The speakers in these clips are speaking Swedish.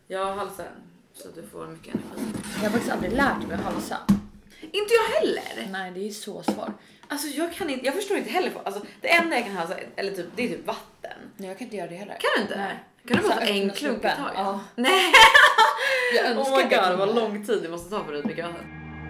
Jag halsar så att du får mycket energi. Jag har faktiskt aldrig lärt mig att halsa. Inte jag heller. Nej, det är så svårt. Alltså jag förstår inte heller. Alltså det enda jag kan halsa eller typ, det är typ vatten. Nej, jag kan inte göra det heller. Kan du inte? Nej. Kan du bara Så få en öppna klunk i snubben. taget? Ja. Nej. Jag önskar Oh my att jag god, vad kunde. lång tid det måste ta för att dricka vatten.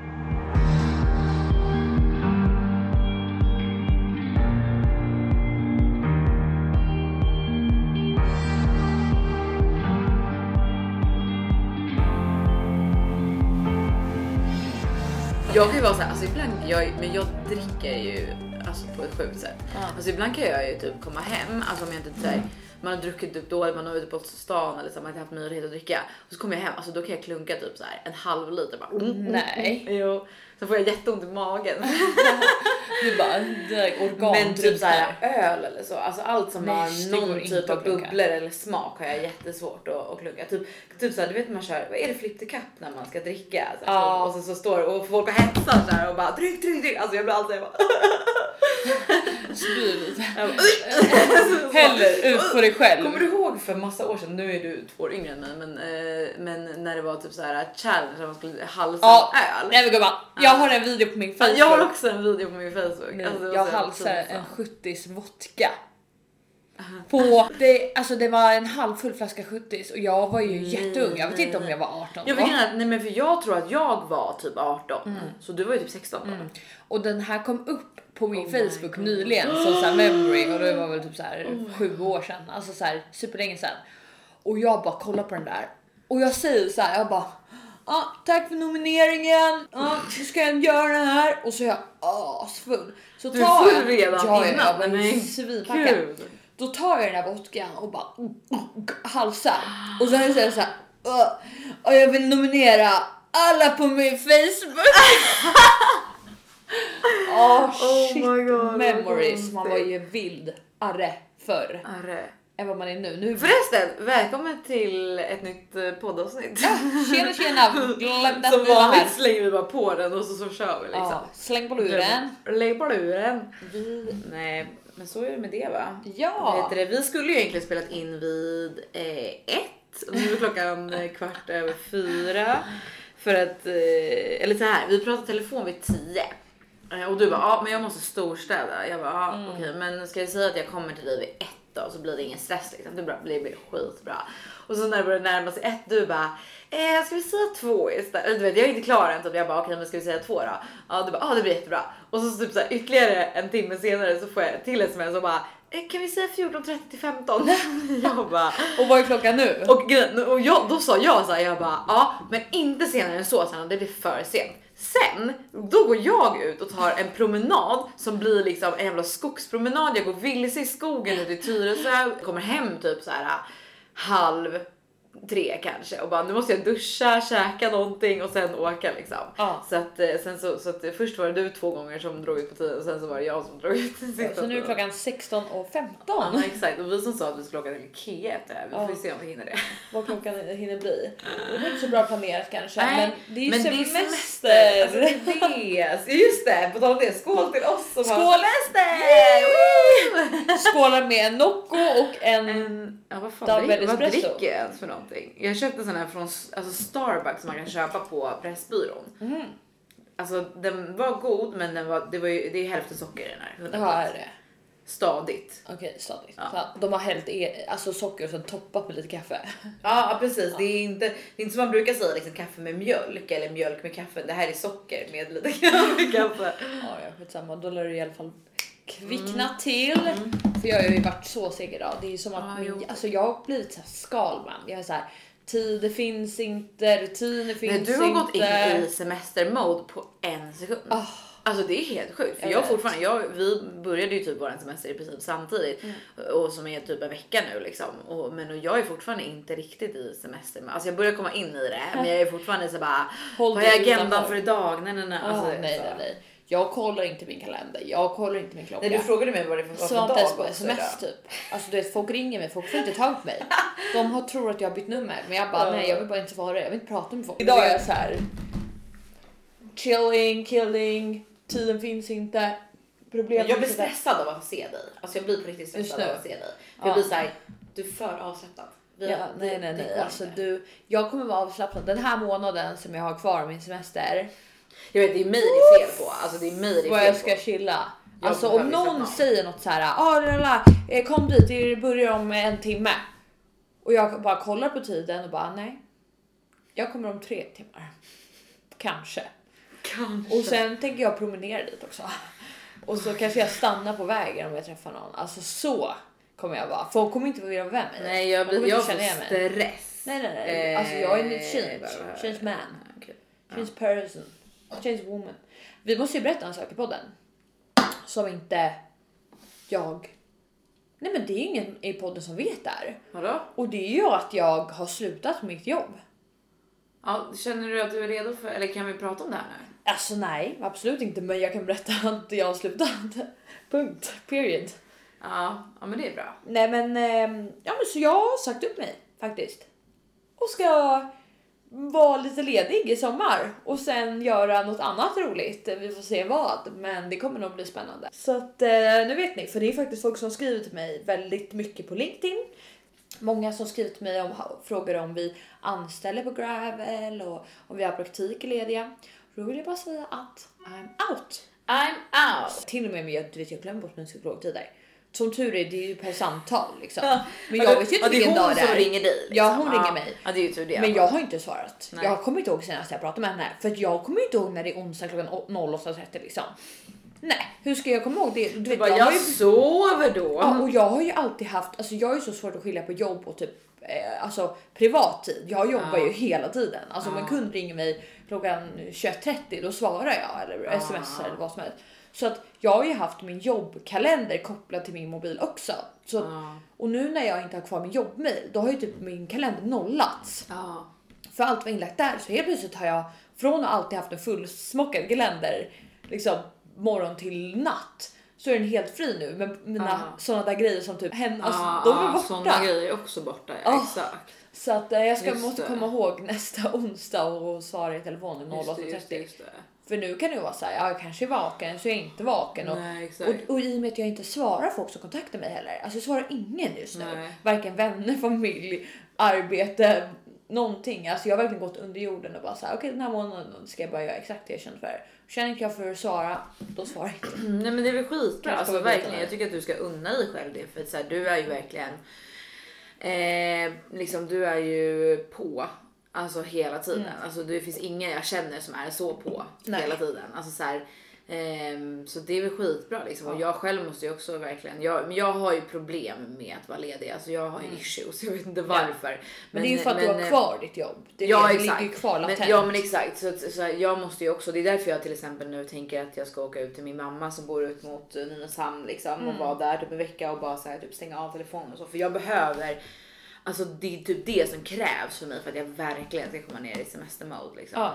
Jag kan ju vara såhär, alltså ibland, men jag dricker ju alltså på ett sjukt sätt. Alltså ibland kan jag ju typ komma hem, alltså om jag inte säger man har druckit typ då, eller man har ute på stan eller så, man har inte haft möjlighet att dricka. Och så kommer jag hem, alltså då kan jag klunka typ så här en halv liter bara. Nej. Jo. Så får jag jätteont i magen. Du bara, organ. Men typ så här öl eller så, alltså allt som Nej, har det går någon inte typ av att klunka. bubblor eller smak har jag jättesvårt att klunka. Typ så här, du vet man kör, vad är det, flip the cup när man ska dricka så här, Ja. och så står och folk och hetsar så här och bara dryck. Alltså jag blir alltid bara Spyr lite. jag bara, Heller ut på dig själv. Kommer du ihåg för massa år sedan, nu är du 2 år yngre än mig, men när det var typ så här challenge där man skulle halsa öl. Nej men gumman, jag har en video på min Facebook. Jag har också en video på min Facebook. Nej, Alltså, jag halsar en 70s vodka. På det var en halvfull flaska 70s och jag var ju jätteung. Jag vet inte om jag var 18. Nej men för jag tror att jag var typ 18. Så du var ju typ 16 då. Och den här kom upp på min Facebook nyligen som så här memory, och det var väl typ så här 7 år sedan, alltså så här superlänge sedan. Och jag bara kollar på den där och jag säger så här, jag bara tack för nomineringen. Nu ska jag göra det här, och så är jag asfull. Så Du tar full jag redan ja, innan. jag var Men svinpackad. gud. Då tar jag den här vodkan och bara halsar. Och sen säger jag så här, och jag vill nominera alla på min Facebook. Shit, my God, memories. vad Man var ju vild förr än vad man är nu. Förresten, välkommen till ett nytt poddavsnitt. Tjena. Glömde att Som vi var här. vanligt slänger vi bara på den och så kör vi liksom. Släng på luren. Lägg på luren. Nej, men så är det med det va? Ja. Vi skulle ju egentligen spelat in vid 1 och nu är klockan 4:15. För att, eller så här, vi pratade telefon vid 10. Och du bara, men jag måste storstäda. Jag bara, okej, men ska jag säga att jag kommer till dig vid 1 då, så blir det ingen stress liksom. Det blir skitbra. Och så när det börjar närma sig 1, du bara, ska vi säga 2 istället? Du vet, jag är inte klar än, så jag bara, okej, men ska vi säga 2 då? Ja, du bara, det blir jättebra. Och så typ så här, ytterligare en timme senare så får jag till sms och bara, kan vi säga 14:30 till 15? Jag bara, Och vad är klockan nu? Och då sa jag så här, jag bara, men inte senare än så, sen det blir för sent. Sen, då går jag ut och tar en promenad som blir liksom en jävla skogspromenad. Jag går vilse i skogen ute i Tyresö, kommer hem typ så här 2:30 kanske och bara, nu måste jag duscha, käka någonting och sen åka liksom. Så att först var det du 2 gånger som drog ut på tiden och sen så var det jag som drog ut den sista. Så nu är klockan 16:15. Ja, exakt. Och vi som sa att vi skulle åka till Ikea efter det här. Vi får ju se om vi hinner det. Vad klockan hinner bli. Det var inte så bra planerat kanske. Nej, men det är ju men semester. Det är semester. Alltså, just det, på tal om det. Skål till oss som Skål! har semester! Skålar med en Nocco och en Vad espresso. dricker jag ens för någonting? Jag köpte en sån här från Starbucks som man kan köpa på Pressbyrån. Alltså den var god, men det är hälften socker i den här. Ja, är det. Stadigt. Okej, stadigt. Ja. Så de har hällt alltså socker och sen toppat med lite kaffe. Ja, precis. Ja. Det är inte som man brukar säga liksom kaffe med mjölk eller mjölk med kaffe. Det här är socker med lite kaffe. Ja, skitsamma. Då lär det i alla fall kvickna till. För jag har ju varit så seg idag. Det är ju som att alltså jag har blivit så här skalman. Jag är så här, tid finns inte, rutiner finns inte. Du har gått in i semestermode på 1 sekund. Alltså det är helt sjukt. För vi började ju typ vår semester i princip samtidigt. Och som är typ en vecka nu liksom. Men jag är fortfarande inte riktigt i semester. Alltså jag börjar komma in i det. Men jag är fortfarande så bara, vad är agendan för idag? Nej. Alltså, nej. Jag kollar inte min kalender. Jag kollar inte min klocka. Nej, du frågade mig vad det var för dag på sms typ. Alltså du vet, folk ringer mig, folk får inte tag på mig. De tror att jag har bytt nummer. Men jag bara, nej, jag vill bara inte svara. Jag vill inte prata med folk. Idag är jag så här killing. Tiden finns inte. Problem. Jag blir stressad av att se dig. Alltså jag blir på riktigt stressad av att se dig. Jag blir så här, du är för avslappnad. Nej. Alltså jag kommer vara avslappnad den här månaden som jag har kvar min semester. Jag vet, det är mig det är fel på. Alltså det är mig det är fel på. Vad jag ska chilla. Alltså om någon säger något så här, kom dit, det börjar om 1 timme. Och jag bara kollar på tiden och bara nej. Jag kommer om 3 timmar. Kanske. Och sen tänker jag promenera dit också. Och så kanske jag stannar på vägen om jag träffar någon. Alltså så kommer jag vara. Folk kommer inte vilja vara med mig. Nej, jag får stress. Nej. Alltså jag är en change man. Okay. Change person. Change woman. Vi måste ju berätta en sak i podden. Som inte jag... Nej men det är ingen i podden som vet där. Vadå? Och det är ju att jag har slutat mitt jobb. Ja, känner du att du är redo för... Eller kan vi prata om det här nu? Alltså nej, absolut inte. Men jag kan berätta att jag har slutat. Punkt. Period. Ja, men det är bra. Nej men, men så jag har sagt upp mig faktiskt. Och ska vara lite ledig i sommar. Och sen göra något annat roligt. Vi får se vad. Men det kommer nog bli spännande. Så att nu vet ni. För det är faktiskt folk som skriver till mig väldigt mycket på LinkedIn. Många som skrivit till mig om frågor om vi anställer på Gravel. Och om vi har praktik lediga. Då vill jag bara säga att I'm out. Till och med jag glömmer bort min psykologtider. Som tur är, det är ju per samtal liksom. Men jag vet ju inte vilken dag det är. Hon ringer dig liksom. Ja, hon ringer mig. Ja, det är ju tur det. Men jag har inte svarat. Nej. Jag kommer inte ihåg senast jag pratade med henne. För att jag kommer inte ihåg när det är onsdag klockan 08.30 liksom. Nej, hur ska jag komma ihåg det? Du vet, jag sover då. Ja, och jag har ju alltid haft, alltså jag är ju så svårt att skilja på jobb och typ alltså privat tid. Jag jobbar ju hela tiden. Alltså om en kund ringer mig klockan 21.30 då svarar jag eller smsar eller vad som helst. Så att jag har ju haft min jobbkalender kopplad till min mobil också. Så, och nu när jag inte har kvar min jobbmail då har ju typ min kalender nollats. För allt var inlagt där så helt plötsligt har jag från att alltid haft en fullsmockad kalender liksom morgon till natt. Så är den helt fri nu. Men mina sådana där grejer som typ henne, alltså, de är borta. Sådana grejer är också borta, exakt. Så att jag måste komma ihåg nästa onsdag och svara i telefonen 08.30. För nu kan det vara så här, jag kanske är vaken så jag är inte vaken. Och i och med att jag inte svarar folk som kontaktar mig heller. Alltså jag svarar ingen just nu. Nej. Varken vänner, familj, arbete, någonting. Alltså jag har verkligen gått under jorden och bara så här, okej, den här månaden ska jag bara göra exakt det jag känner för. Känner inte jag för att svara, då svarar jag inte. Nej men det är väl skitbra. Alltså verkligen, jag tycker att du ska unna dig själv det. För att så här, du är ju verkligen liksom du är ju på. Alltså hela tiden. Alltså det finns ingen jag känner som är så på hela tiden. Alltså så här, så det är väl skitbra liksom. Och jag själv måste ju också verkligen, jag har ju problem med att vara ledig. Alltså jag har ju issues, jag vet inte varför. Men det är ju för att du har kvar ditt jobb. Det exakt. Ligger kvar latent. Men exakt. Så jag måste ju också, det är därför jag till exempel nu tänker att jag ska åka ut till min mamma som bor ut mot Nynäshamn liksom. Och vara där typ en vecka och bara så här, typ stänga av telefonen och så. För jag behöver, alltså det är typ det som krävs för mig för att jag verkligen ska komma ner i semestermode liksom.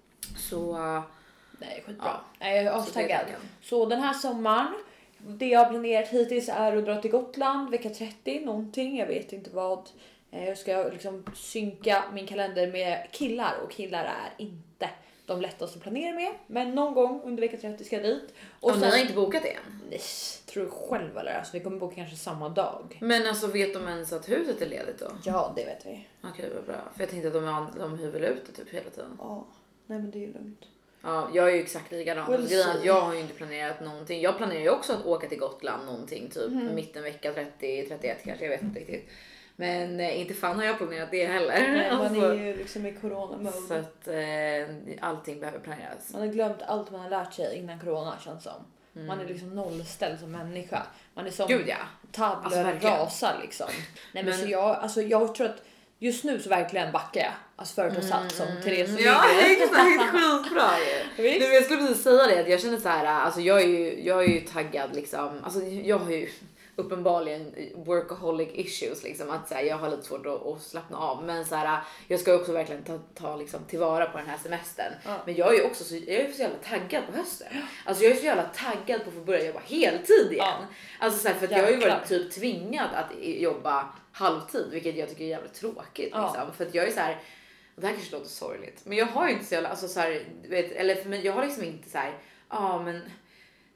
Så nej, skitbra. Jag är astaggad. Så den här sommaren, det jag har planerat hittills är att dra till Gotland vecka 30 någonting, jag vet inte vad. Jag ska liksom synka min kalender med killar och killar är inte de lättaste att planera med, men någon gång under vecka 30 ska jag dit. Och sen, ni har inte bokat det än? Nej, tror du själv eller? Alltså vi kommer boka kanske samma dag. Men alltså vet de ens att huset är ledigt då? Ja, det vet vi. Okej, vad bra. För jag tänkte att de hyr väl ut det typ hela tiden. Ja, nej men det är lugnt. Ja, jag är ju exakt likadan. Jag har ju inte planerat någonting. Jag planerar ju också att åka till Gotland någonting typ mitten vecka 30-31 kanske, jag vet inte riktigt. Men inte fan har jag planerat det heller. Nej, man är ju liksom i corona-mode. Så att allting behöver planeras. Man har glömt allt man har lärt sig innan corona känns som. Man är liksom nollställd som människa. Man är som tabler rasar liksom. Nej men så jag tror att just nu så verkligen backar jag. Alltså förut och satt som Therese och ja, exakt, skitbra. Jag skulle precis säga det, att jag känner så här, alltså jag är ju taggad liksom. Alltså jag har ju uppenbarligen workaholic issues liksom, att så här, jag har lite svårt att slappna av, men så här, jag ska också verkligen ta liksom tillvara på den här semestern. Men jag är ju också så jävla taggad på hösten. Alltså jag är så jävla taggad på att få börja jobba heltid igen. Alltså så här, för att jag har ju varit typ tvingad att jobba halvtid, vilket jag tycker är jävligt tråkigt liksom. För att jag är så här, och det här kanske låter sorgligt, men jag har ju inte så jävla, alltså så här, vet, eller men jag har liksom inte så här, men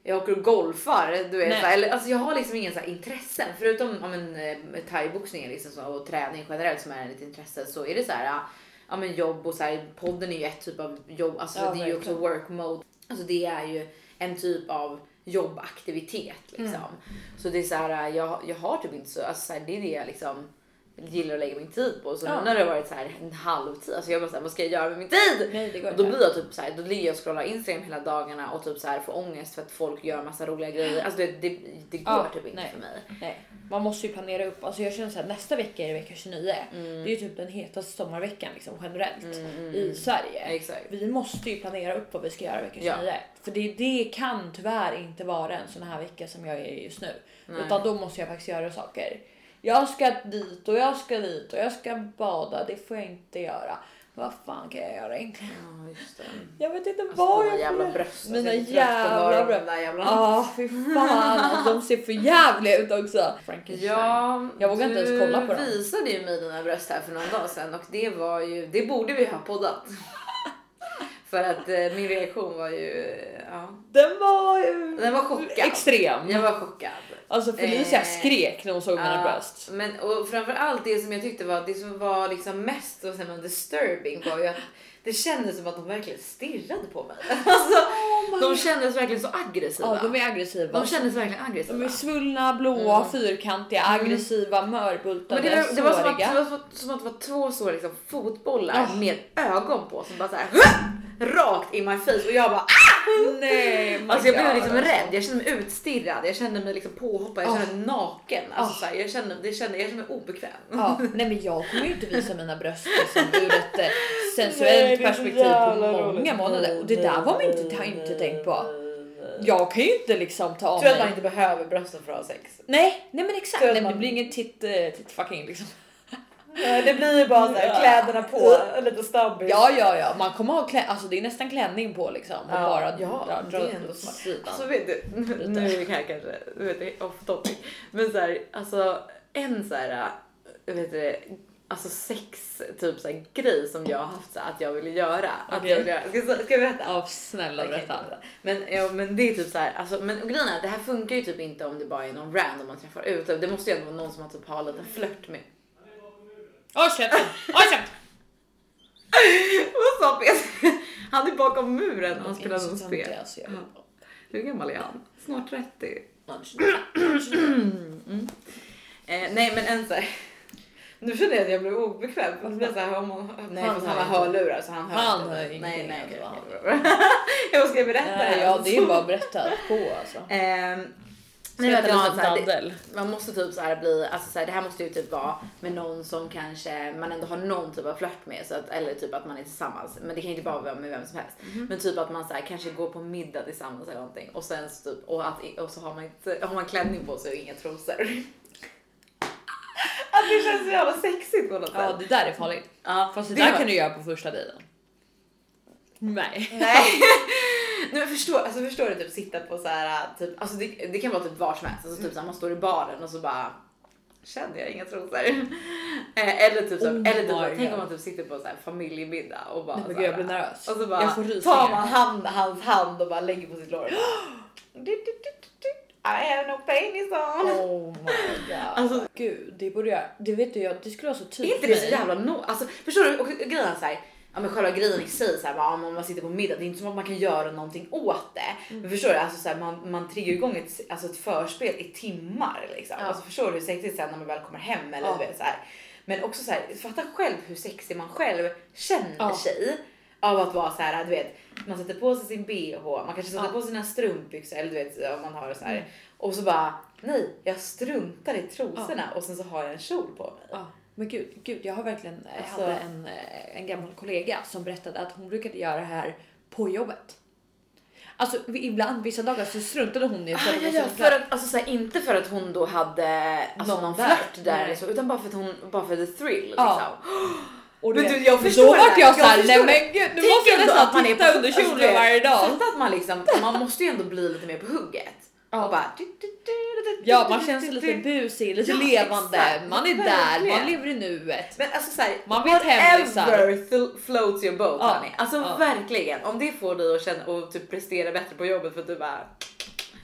jag åker och golfar, du vet, eller, alltså jag har liksom ingen så här intressen förutom thaiboxning liksom, så, och träning generellt som är ett intresse, så är det så här, ja men jobb och så här, podden är ju ett typ av jobb, alltså det är ju också work mode, alltså det är ju en typ av jobbaktivitet liksom. Så det är så här, jag har typ inte så, alltså så här, det är det jag liksom gillar att lägga min tid på. Så nu när det har varit så här en halvtid, alltså jag bara så här, vad ska jag göra med min tid? Nej, det går och då blir jag typ så här, då ligger jag och scrollar Instagram hela dagarna och typ så här får ångest för att folk gör massa roliga grejer. Alltså det går typ inte för mig. Nej, man måste ju planera upp. Alltså jag känner så här, nästa vecka är det vecka 29. Det är ju typ den hetaste sommarveckan liksom generellt i Sverige. Exakt. Vi måste ju planera upp vad vi ska göra vecka 29. För det kan tyvärr inte vara en sån här vecka som jag är just nu. Utan då måste jag faktiskt göra saker. Jag ska dit och jag ska dit och jag ska bada. Det får jag inte göra. Vad fan kan jag göra egentligen? Ja, just det. Jag vet inte vad jag jävla bröst. Mina jävla bröst. Ja, fy fan. Alltså, de ser för jävliga ut också. Ja, jag vågar inte ens kolla på dem. Du visade ju mig dina bröst här för någon dag sedan och det var ju, det borde vi ha poddat. För att min reaktion var ju, Den var chockad. Extrem. Jag var chockad. Alltså Felicia skrek när hon såg mina bröst. Men och framförallt det som jag tyckte var, det som var liksom mest och sen disturbing var ju att det kändes som att de verkligen stirrade på mig. Alltså, de kändes verkligen så aggressiva. Ja, de är aggressiva. De kändes verkligen aggressiva. De är svullna, blåa, fyrkantiga, aggressiva, mörbultade, men det var som att det var två stora liksom, fotbollar med ögon på som bara så här rakt in my face och jag bara nej. Alltså jag blev liksom rädd. Jag kände mig utstirrad. Jag kände mig liksom påhoppad. Jag kände mig naken. Alltså så här, jag kände mig obekväm. Ja, nej men jag kommer ju inte visa mina bröst liksom, ur ett sensuellt perspektiv på många månader. Och det där var man inte tänkt på. Jag kan ju inte liksom ta av mig. Tror att man inte behöver brösten för att ha sex. Nej men exakt. Nej, det blir ingen titt fucking liksom. Det blir ju bara så här, kläderna på, lite stabbigt. Ja. Man kommer ha alltså det är nästan klänning på liksom och bara dra det är ändå smart. Alltså vet du, nu kan jag kanske, off topic. Men så här, alltså en så här, vet du, alltså sex typ så här grej som jag har haft så här, att jag ville göra. Att jag ville göra. Ska jag berätta? Ja, snälla berätta. Men det är typ så här, alltså, men och grejen är att det här funkar ju typ inte om det bara är någon random man träffar ut. Det måste ju ändå vara någon som man typ har lite flört med. Käften! Vad sa Peter? Han är bakom muren och han spelar någon spel. Hur gammal är han? Snart 30. Nej men en så här. Nu känner jag att jag blev obekväm. Det blir så här, om man, nej, han har hörlurar så han hör inte. Nej. Jag ska berätta. Ja, det är bara berättat på alltså. Man måste typ så här bli, alltså så här, det här måste ju typ vara med någon som kanske man ändå har någon typ av flört med, så att, eller typ att man är tillsammans, men det kan ju inte bara vara med vem som helst. Men typ att man så här, kanske går på middag tillsammans eller någonting och sen typ, och så har man klänning på sig och inga trosor. Att det känns så jävla sexigt på något sätt. Ja, det där är farligt. Ja, fast det där kan du göra på första dejten. Nej. Nu förstår du typ sitta på så här typ, alltså det kan vara typ var som helst, alltså typ så här, man står i baren och så bara känner jag inga trosor. Eller typ så, eller typ tänk om man typ sitter på så här familjemiddag och bara nej, jag blir nervös. Och så bara tar man hans hand och bara lägger på sitt lår. I have no penis on. Oh my god. Alltså gud, det borde jag. Det vet du, det skulle vara så tydligt. Inte det så jävla alltså förstår du, och grejen så här, ja men själva grejen i sig så här, om man sitter på middag, det är inte som att man kan göra någonting åt det. Men förstår du, alltså så här, man triggar igång ett förspel i timmar liksom. Alltså förstår du hur sexigt sen när man väl kommer hem eller vet så här. Men också så här, fatta själv hur sexig man själv känner sig av att vara så här, du vet, man sätter på sig sin BH, man kanske sätter på sina strumpbyxor eller du vet om man har det så här. Och så bara nej, jag struntar i trosorna och sen så har jag en kjol på mig. Men gud, jag har verkligen hade en gammal kollega som berättade att hon brukade göra det här på jobbet. Alltså ibland, vissa dagar så struntade hon i för att, alltså så här, inte för att hon då hade alltså, någon flört där så, utan bara för the thrill liksom. Och men du, jag förstår då var jag såhär, nej men gud, nu måste jag nästan titta under kjolen varje dag. Fatta att man liksom, man måste ju ändå bli lite mer på hugget. Och bara, ja, man känns lite busig, lite levande. Exakt. Man är där, man lever i nuet. Men alltså såhär, man vet whatever floats your boat, honey. Alltså verkligen, om det får dig att känna och typ prestera bättre på jobbet för att du bara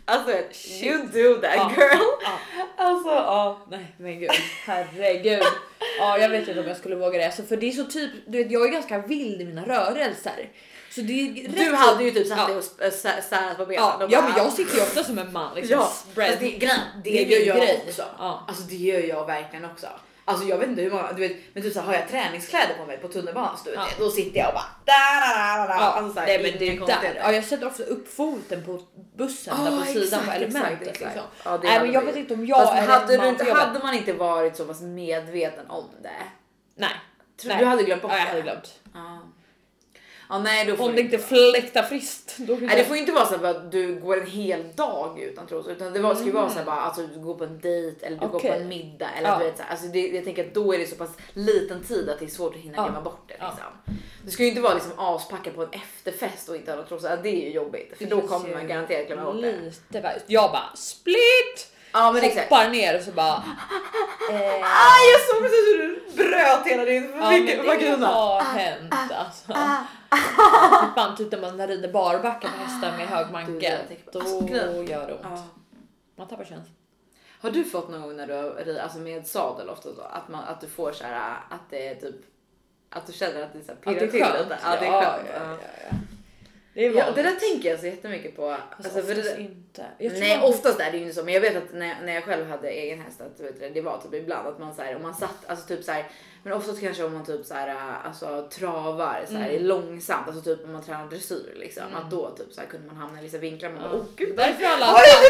Alltså you do that girl. Alltså nej men gud, herregud. Ja, jag vet inte om jag skulle våga det. Alltså, för det är så typ, du vet, jag är ganska vild i mina rörelser. Så det är du hade ju typ satt dig och särat på benen. Ja, men jag sitter ju ofta som en man liksom. Spread. Det gör jag också. Alltså det gör jag verkligen också. Alltså jag vet inte hur många, du vet, men typ så har jag träningskläder på mig på tunnelbanan så då sitter jag och bara alltså så här, nej, men det är där. Jag sätter ofta upp foten på bussen där på sidan på elementet liksom. Nej, men jag vet inte om jag hade man inte varit så pass medveten om det. Nej. Tror du hade glömt bort det? Jag hade glömt. Nej, då får om det inte fläktar friskt. Nej, det får ju inte vara så att du går en hel dag utan trosor, utan det ska ju vara så här bara alltså du går på en dejt eller du går på en middag eller du vet så här, alltså jag tänker att då är det så pass liten tid att det är svårt att hinna glömma bort det liksom. Du ska ju inte vara liksom aspackad på en efterfest och inte ha några trosor. Det är ju jobbigt för då kommer man garanterat glömma bort det. Jag bara split. Ja, men exakt. Hoppar ner och så bara jag såg precis hur du bröt hela din vagina. Har hänt alltså. Man typ när man rider barbacken på hästar med hög mankel, då gör det ont. Man tappar känslan. Har du fått någon gång när du rider alltså med sadel ofta så att du får så här att det är typ att du känner att det är så här pirrar till lite? Ja, det är skönt. Ja, det där tänker jag så jättemycket på. Alltså, för det, inte. Nej, oftast är det ju inte så. Men jag vet att när jag själv hade egen häst att vet du, det var typ ibland att man så här, om man satt alltså typ så här, men oftast kanske om man typ så här alltså travar så här långsamt, alltså typ om man tränar dressyr liksom, att då typ så här kunde man hamna i vissa vinklar och bara gud, därför alla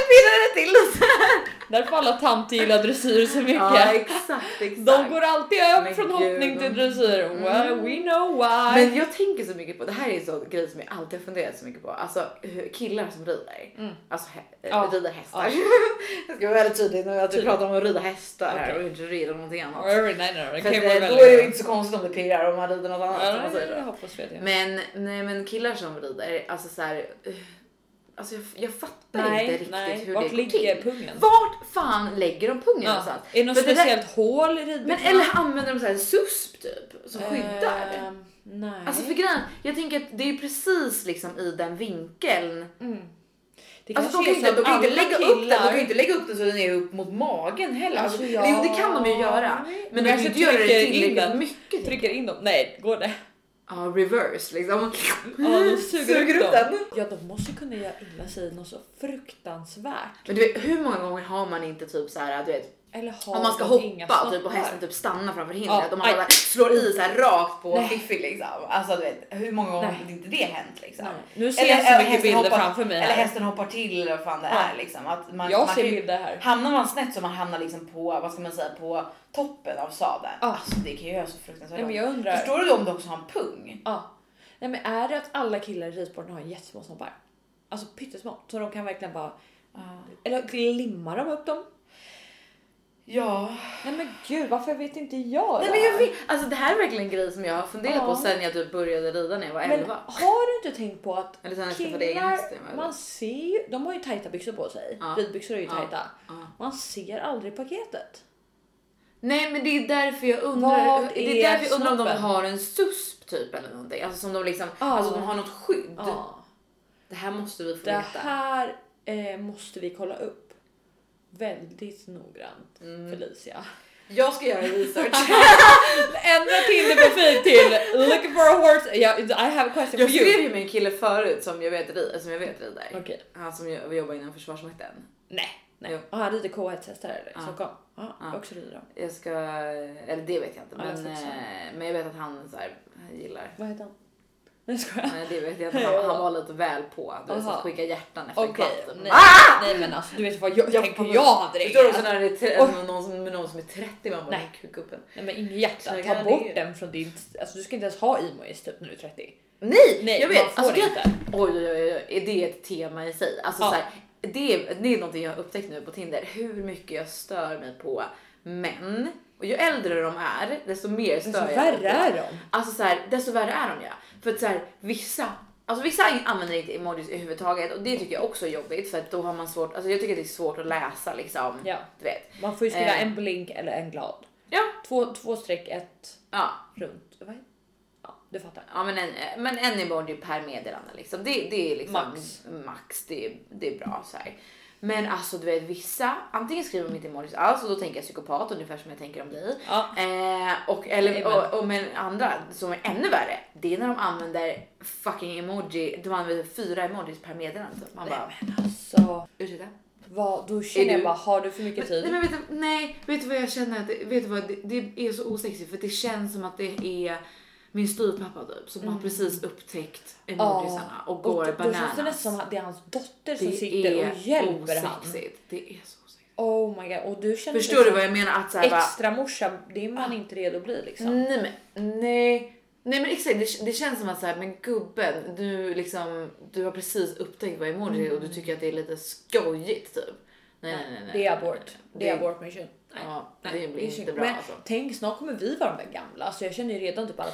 därför alla tanter gillar dressyr så mycket. Ja, exakt. De går alltid över från hoppning till dressyr. Well, we know why. Men jag tänker så mycket på, det här är en sån grej som jag alltid har funderat så mycket på. Alltså killar som rider. Alltså rider hästar. Jag ska vara väldigt tydlig nu att vi pratar om att rida hästar här och inte rida någonting annat. Då är det inte så konstigt om det pirrar om man rider något annat. Jag hoppas det. Men killar som rider, alltså så här, alltså jag fattar inte riktigt hur vart det går ligger till. pungen? Vart fan lägger de pungen någonstans? Är det något speciellt hål i ridbyxorna? Men eller använder de så här en susp typ som skyddar? Nej. Alltså för grejen, jag tänker att det är precis liksom i den vinkeln. Alltså de kan inte lägga upp den så den är upp mot magen heller. Alltså, jo, det kan de ju göra. Men de kan inte göra det tillräckligt mycket. Trycker in dem. Nej, går det? Ja, reverse liksom. De suger upp den. Ja, de måste kunna göra illa sig något så fruktansvärt. Men du vet, hur många gånger har man inte typ så här, du vet, eller om man ska hoppa typ, och hästen typ stannar framför hindret och man bara slår i så här rakt på Fiffig liksom. Alltså du vet, hur många gånger har inte det hänt liksom? Nej. Nu ser jag så mycket bilder framför mig här. Eller hästen hoppar till eller vad fan det är liksom. Att jag ser bilder här. Hamnar man snett så man hamnar liksom på, vad ska man säga, på toppen av sadeln. Alltså det kan ju göra så fruktansvärt. Nej, men jag undrar... Förstår du om du också har en pung? Ja. Nej, men är det att alla killar i ridsporten har jättesmå snoppar? Alltså pyttesmå. Så de kan verkligen bara... Eller limmar de upp dem? Ja. Nej men gud, varför vet inte jag? Nej men jag vet, alltså det här är verkligen en grej som jag har funderat på sen jag typ började rida när jag var 11. Men har du inte tänkt på att killar, man ser ju, de har ju tajta byxor på sig. Ridbyxor är ju tajta. Man ser aldrig paketet. Nej men det är därför jag undrar, det är därför jag undrar om de har en susp typ eller någonting. Alltså som de liksom, alltså de har något skydd. Det här måste vi få veta. Det här måste vi kolla upp. Väldigt noggrant, Felicia. Jag ska göra research. Ändra Tinder-profil till looking for a horse. I have a question jag for you. Jag skrev ju med en kille förut som jag vet rider. Okay. Han som jobbar inom Försvarsmakten. Nej. Han rider K1-hästar eller Stockholm. Också rider de. Jag ska, eller det vet jag inte. Men jag vet att han så här gillar. Vad heter han? Nej, det vet jag inte. Han var lite väl på. Du vet, att skicka hjärtan efter kvatten. Nej men alltså, du vet vad jag tänker jag hade det. Förstår du också när det är någon som är 30 man bara kukuppen. Nej men ingen hjärta. Ta bort den från din... Alltså du ska inte ens ha emojis typ när du är 30. Nej jag vet. Alltså, oj, är det ett tema i sig? Alltså så här, det är någonting jag har upptäckt nu på Tinder. Hur mycket jag stör mig på män. Och ju äldre de är, desto mer stör jag. Desto värre är de. Alltså så här, desto värre är de För att så här, vissa använder inte emojis överhuvudtaget och det tycker jag också är jobbigt för att då har man svårt, alltså jag tycker att det är svårt att läsa liksom, du vet. Man får ju skriva en blink eller en glad. Ja. 2 streck, 1 runt. Ja, du fattar. Ja, men en emoji per meddelande liksom. Det är liksom max. Det är bra så här. Men alltså du vet vissa, antingen skriver de inte emojis alls och då tänker jag psykopat ungefär som jag tänker om dig. Ja. Men andra som är ännu värre, det är när de använder fucking emoji, de använder 4 emojis per meddelande. Man bara, alltså, ursäkta? vad, då känner jag bara, har du för mycket tid? Vet du vad jag känner? Vet du vad, det är så osexigt för det känns som att det är min styvpappa typ som har precis upptäckt emojisarna och går bananas. Då känns det nästan som att det är hans dotter som sitter och hjälper han. Det är så osexigt. Oh my god, och du känner förstår du vad jag menar? Att så här, extra morsa, det är man inte redo att bli liksom. Nej men exakt, det känns som att så här, men gubben, du har precis upptäckt vad emoji är och du tycker att det är lite skojigt typ. Nej. Det är abort. Det är abort mission. Ja, det blir inte bra men alltså. Tänk, snart kommer vi vara de gamla. Alltså jag känner ju redan typ alla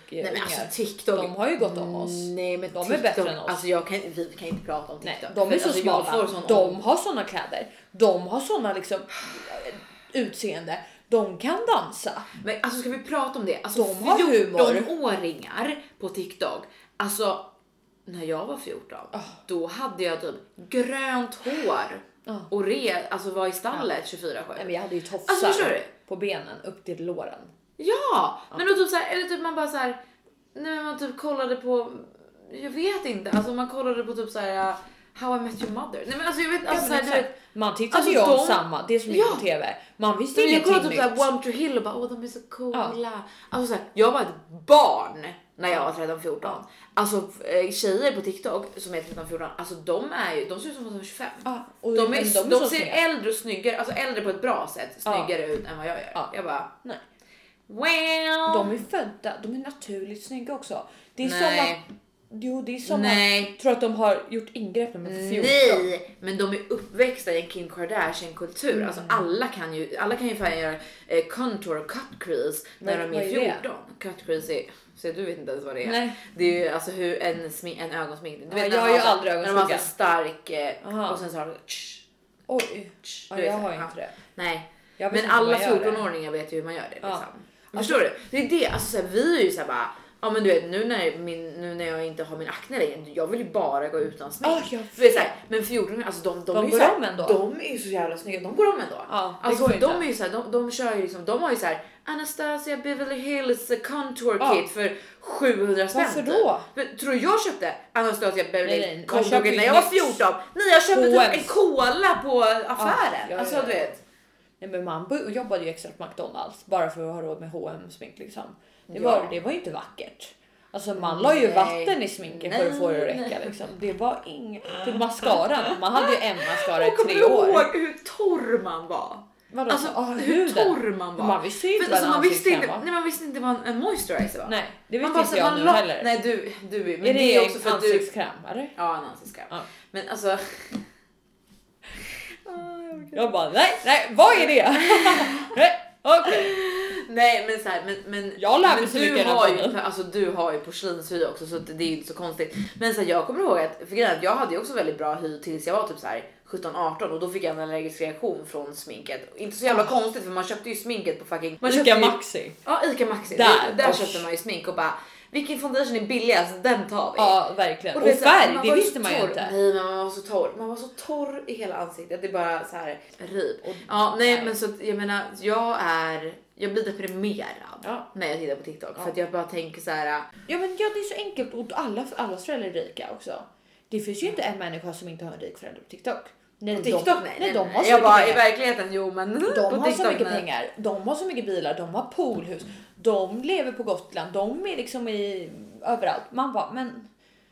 TikTok, de har ju gått om oss. Nej men de är bättre än oss. Alltså vi kan inte prata om TikTok. Nej, de är så smala. De har såna kläder. De har såna liksom utseende. De kan dansa. Men alltså ska vi prata om det? Alltså de har humor. 14-åringar på TikTok. Alltså när jag var 14, då hade jag typ grönt hår. Och alltså var i stallet 24/7. Men jag hade ju tofsar alltså, på benen upp till låren. Ja, men då typ så här, eller typ man bara så här, när man typ kollade på, jag vet inte, alltså man kollade på typ så här How I Met Your Mother. Nej men alltså jag vet, alltså så här, man tittade ju om samma, det är som gick på TV. Man visste ingenting nytt. Jag kollade typ så här One Tree Hill och bara de är så coola. Alltså så här, jag var ett barn när jag var 13-14. Alltså tjejer på TikTok som är 13-14, alltså de ser ut som att de är 25. De ser äldre och snyggare, alltså äldre på ett bra sätt, snyggare ut än vad jag gör. Jag bara, nej. Well. De är födda, de är naturligt snygga också. Det är som att det är som att tror att de har gjort ingrepp med 14. Nej, men de är uppväxta i en Kim Kardashian kultur. Alltså alla kan ju fan göra contour och cut crease när de är 14. Cut crease är, så du vet inte ens vad det är. Nej. Det är ju alltså hur en ögonsmink. Du vet, jag har ju aldrig ögonsmink. När de har så stark och sen så har de oj. Jag har inte det. Nej. Men alla 14-åringar vet ju hur man gör det liksom. Förstår du? Det är det, alltså så här, vi är ju så här bara, ja men du vet nu när jag inte har min akne längre, jag vill ju bara gå utan smink. Du vet så här, men 14, alltså de är ju så här, de är ju så jävla snygga, de går om ändå. Alltså de är ju så här, de kör ju liksom, de har ju så här Anastasia Beverly Hills contour kit för 700 spänn. Varför då? Tror jag köpte Anastasia Beverly Hills contour kit när jag var 14? Nej, jag köpte typ en cola på affären. Alltså du vet. Nej, men man jobbade ju extra på McDonalds bara för att ha råd med H&M smink liksom. Det var ju inte vackert. Alltså man la ju vatten i sminken för att få det att räcka liksom. Det var till mascaran. Man hade ju en mascara i 3 år. Jag kommer ihåg hur torr man var. Vadå? Alltså hur torr man var. Man visste ju inte vad man visste inte vad en moisturizer var. Nej, det visste inte jag nu heller. Nej, du men är det också för ansiktskräm eller? Ja, en ansiktskräm. Men alltså jag bara nej, vad är det? Okej. Nej men så här, men jag lärde så mycket du har ju porslinshy också så det är ju inte så konstigt. Men så här, jag kommer ihåg att jag hade ju också väldigt bra hy tills jag var typ så här 17-18 och då fick jag en allergisk reaktion från sminket. Inte så jävla konstigt för man köpte ju sminket på fucking Ica Maxi. Ja, Ica Maxi. Där köpte man ju smink och bara vilken foundation är billigast, den tar vi. Ja, verkligen. Och färg, det visste man ju inte. Nej, men man var så torr. Man var så torr i hela ansiktet. Det är bara så här rip. Men så jag menar, jag blir deprimerad när jag tittar på TikTok för att jag bara tänker så här. Ja, men det är så enkelt och alla föräldrar är rika också. Det finns ju inte en människa som inte har en rik förälder på TikTok. Nej, TikTok nej. De har så jag bara pengar. I verkligheten men de har så mycket pengar. De har så mycket bilar, de har poolhus. De lever på Gotland. De är liksom överallt. Man bara men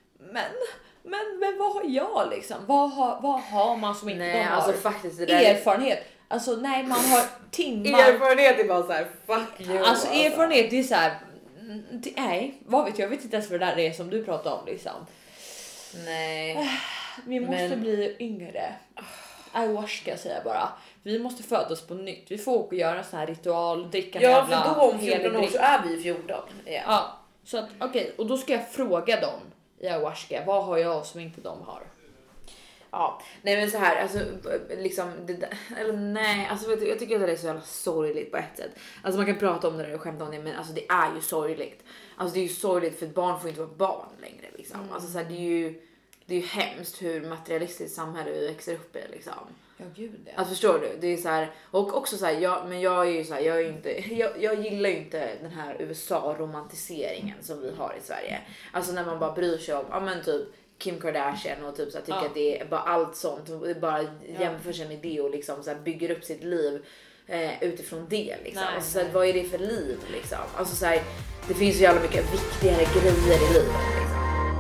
vad har jag liksom? Vad har man som inte de har? Alltså faktiskt det där erfarenhet. Alltså nej, man har timmar. Erfarenhet är bara så här fuck you. Alltså erfarenhet det är så här nej, vad vet jag vet inte ens vad det där är som du pratar om liksom. Nej. Vi måste bli yngre. Ayahuasca säger jag bara. Vi måste födas på nytt. Vi får åka och göra en sån här ritual. Dricka en jävla för då om 14 år så är vi 14. Ja. Så att okej. Och då ska jag fråga dem i ayahuasca. Vad har jag som inte de har? Ja, nej men så här, alltså liksom alltså jag tycker att det är så jävla sorgligt på ett sätt. Alltså man kan prata om det där och skämta om det, men alltså det är ju sorgligt. Alltså det är ju sorgligt för ett barn får inte vara barn längre liksom. Alltså så här, det det är ju hemskt hur materialistiskt samhälle vi växer upp i liksom. Ja gud ja. Alltså förstår du? Det är så här, och också så här, jag är ju så här, jag gillar ju inte den här USA-romantiseringen som vi har i Sverige. Alltså när man bara bryr sig om, ja men typ Kim Kardashian och typ så här, tycker att det är bara allt sånt och bara jämför sig med det och liksom så här, bygger upp sitt liv utifrån det liksom. Nej, alltså, så här, vad är det för liv liksom? Alltså så här, det finns ju jävla mycket viktigare grejer i livet liksom.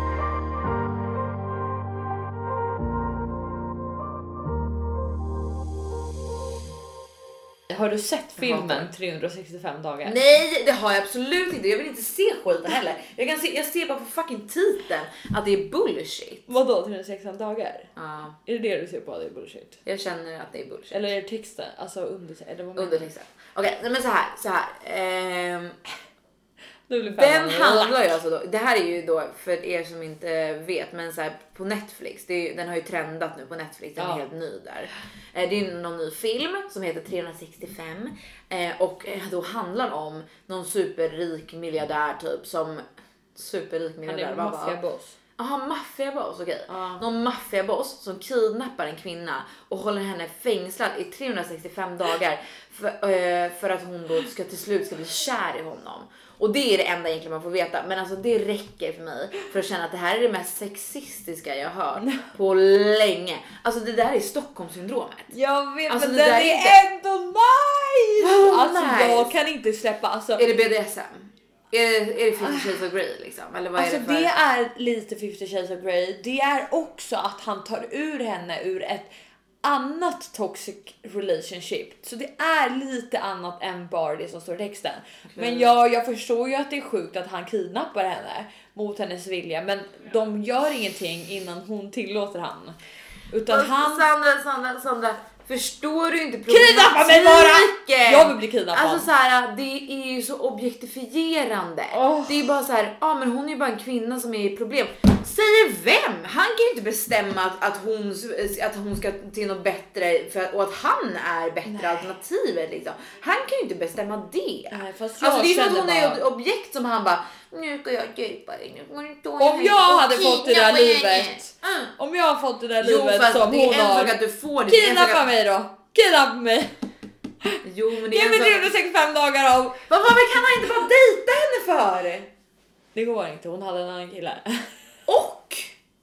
Har du sett filmen 365 dagar? Nej, det har jag absolut inte. Jag vill inte se skiten heller. Jag ser bara på fucking titeln att det är bullshit. Vadå 365 dagar? Ja. Är det du ser på att det är bullshit? Jag känner att det är bullshit. Eller är det texten? Alltså Undertexten. Okej, men så här. Den handlar ju alltså då, det här är ju då för er som inte vet, men så här, på Netflix, den har ju trendat nu på Netflix, den är helt ny där. Det är någon ny film som heter 365 och då handlar om någon superrik miljardär typ som superrik miljardär. Han är maffiaboss. Aha, maffiaboss, okej. Någon maffiaboss som kidnappar en kvinna och håller henne fängslad i 365 dagar för att hon då till slut ska bli kär i honom. Och det är det enda egentligen man får veta. Men alltså det räcker för mig för att känna att det här är det mest sexistiska jag har hört på länge. Alltså det där är Stockholmssyndromet. Jag vet, alltså, men det är ändå nice! Alltså nice. Jag kan inte släppa. Alltså, är det BDSM? Är det 50 Shades of Grey liksom? Eller vad alltså är det för? det är lite 50 Shades of Grey. Det är också att han tar ur henne ur ett annat toxic relationship. Så det är lite annat än bara det som står i texten. Men jag förstår ju att det är sjukt att han kidnappar henne mot hennes vilja. Men de gör ingenting innan hon tillåter han. Utan Sandra, förstår du inte kidnappa mig bara! Jag vill bli kidnappad. Alltså så här, det är ju så objektifierande. Det är bara så här, men hon är ju bara en kvinna som är i problem. Säger vem? Han kan ju inte bestämma att hon ska till något bättre och att han är bättre alternativet liksom. Han kan ju inte bestämma det. Nej, fast alltså det är som hon är ett objekt som han bara, nu ska jag hjälpa dig. Om jag hade fått det där livet. Om jag har fått det där livet som hon har. Att du får det. Kidnappa mig då. Kidnappa mig. Jo, men det är 365 dagar av. Vad kan han inte bara dejta henne för? Det går inte, hon hade en annan kille. Och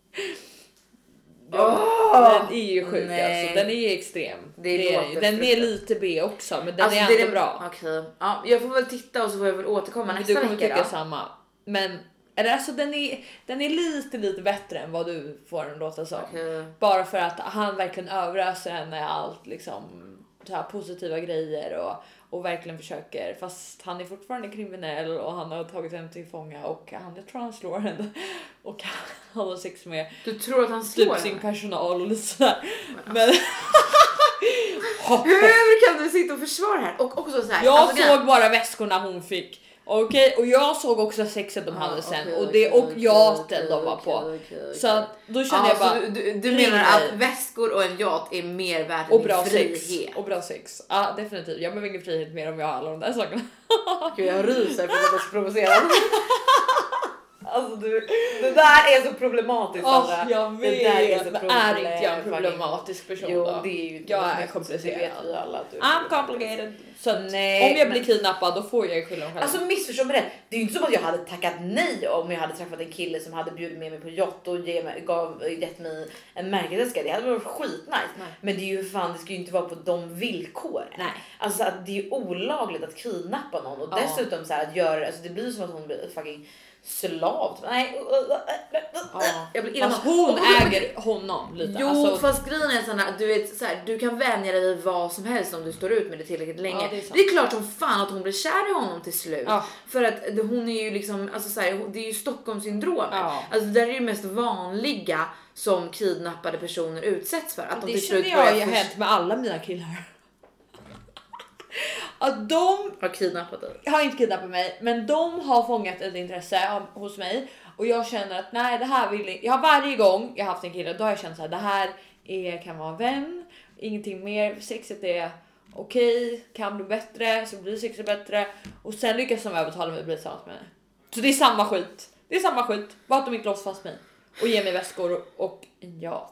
den är ju sjuk alltså, den är ju extrem. Den är lite B också, men den alltså, är ändå bra. Okej. Ja, jag får väl titta och så får jag väl återkomma nästa vecka. Du kommer tycka samma. Men eller alltså den är lite bättre än vad du får den låta som. Bara för att han verkligen överöser henne allt liksom så här positiva grejer och verkligen försöker, fast han är fortfarande kriminell och han har tagit henne till fånga och jag tror han slår henne och han har sex med. Du tror att han slår typ sin personal och lite sådär. Men hur kan du sitta och försvara här? Och också så här. Jag såg bara väskorna hon fick. Okej, och jag såg också sexet de hade sen och yachten de var på. Så då kände jag bara du menar att väskor och en yacht är mer värt än bra frihet. Sex. Och bra sex. Ja, definitivt. Jag behöver ingen frihet mer om jag har alla de där sakerna. Gud, jag ryser för att jag är så provocerad. Alltså det där är så problematiskt. Jag vet. Det är inte jag en problematisk person. Jo, det är ju jag är komplicerad. Det vet vi alla. I'm complicated. Så om jag blir kidnappad då får jag ju skylla mig själv. Alltså missförstå mig rätt. Det är ju inte som att jag hade tackat nej om jag hade träffat en kille som hade bjudit med mig på yacht och gett mig en märkesväska. Det hade varit skitnice. Men det är ju fan, det ska ju inte vara på de villkoren. Nej. Alltså att det är ju olagligt att kidnappa någon och dessutom så här att göra, alltså det blir som att hon blir fucking slav. Nej. Jag blir illa. Hon äger honom lite. Jo, alltså, fast grejen är såna, du vet så här, du kan vänja dig vid vad som helst om du står ut med det tillräckligt länge. Ja, det är klart som fan att hon blir kär i honom till slut. Ja. För att hon är ju liksom, alltså så här, det är ju Stockholmssyndromet. Ja. Alltså det där är ju mest vanliga som kidnappade personer utsätts för. Att de till slut har ju hänt med alla mina killar. Att de har kidnappat dig. Har inte kidnappat mig, men de har fångat ett intresse hos mig och jag känner att nej, det här vill jag har varje gång jag har haft en kille, då har jag känt så här, det här kan vara en vän, ingenting mer, sexet är okej, kan bli bättre, så blir sexet bättre och sen lyckas de övertala mig att bli tillsammans med mig. Så det är samma skit. Bara att de inte låtsas fast mig. Och ge mig väskor och en yacht.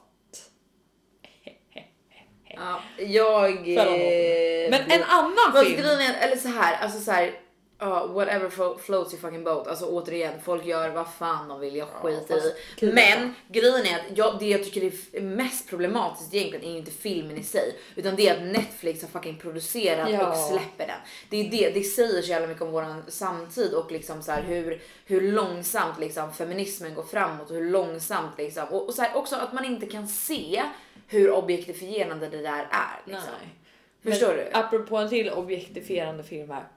Ja, Men en annan film. Eller så här, alltså så här, whatever floats your fucking boat. Alltså återigen, folk gör vad fan de vill, jag skiter i. Men grejen är att det jag tycker är mest problematiskt egentligen är inte filmen i sig, utan det är att Netflix har fucking producerat och släpper den. Det säger så jävla mycket om våran samtid och liksom så här hur långsamt liksom feminismen går framåt och hur långsamt liksom och så här, också att man inte kan se hur objektifierande det där är liksom. Nej. Förstår du? Apropå en till objektifierande film här.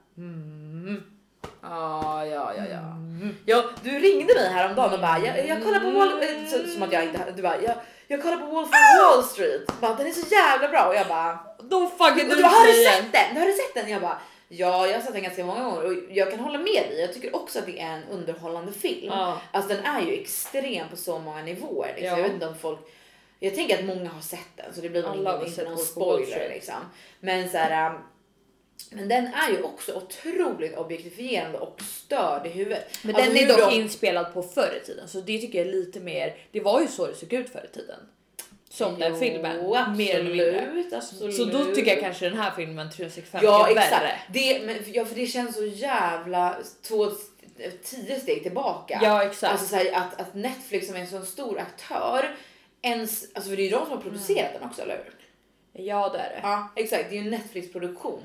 Ja, du ringde mig häromdagen och bara jag kollar på Wall som att jag inte du bara jag kollar på Wolf of Wall Street. Bara, den är så jävla bra och jag bara har du sett den? Har du sett den? Jag bara ja, jag har sett den ganska många gånger och jag kan hålla med dig. Jag tycker också att det är en underhållande film. Alltså den är ju extrem på så många nivåer liksom. Jag vet inte om folk, jag tänker att många har sett den så det blir inte någon spoiler liksom. Men så här, men den är ju också otroligt objektifierande och störd i huvudet. Men alltså, den är dock inspelad på förr i tiden, så det tycker jag är lite mer. Det var ju så det såg ut förr i tiden. Som den filmen. Absolut, mer eller mindre. Absolut. Så då tycker jag kanske den här filmen 365 är exakt. Värre. För det känns så jävla 10 steg tillbaka. Ja, exakt. Alltså så här, att Netflix som är en så stor aktör alltså för det är ju de som har producerat den också, eller hur? Ja, det är det. Ja, exakt. Det är ju en Netflix-produktion.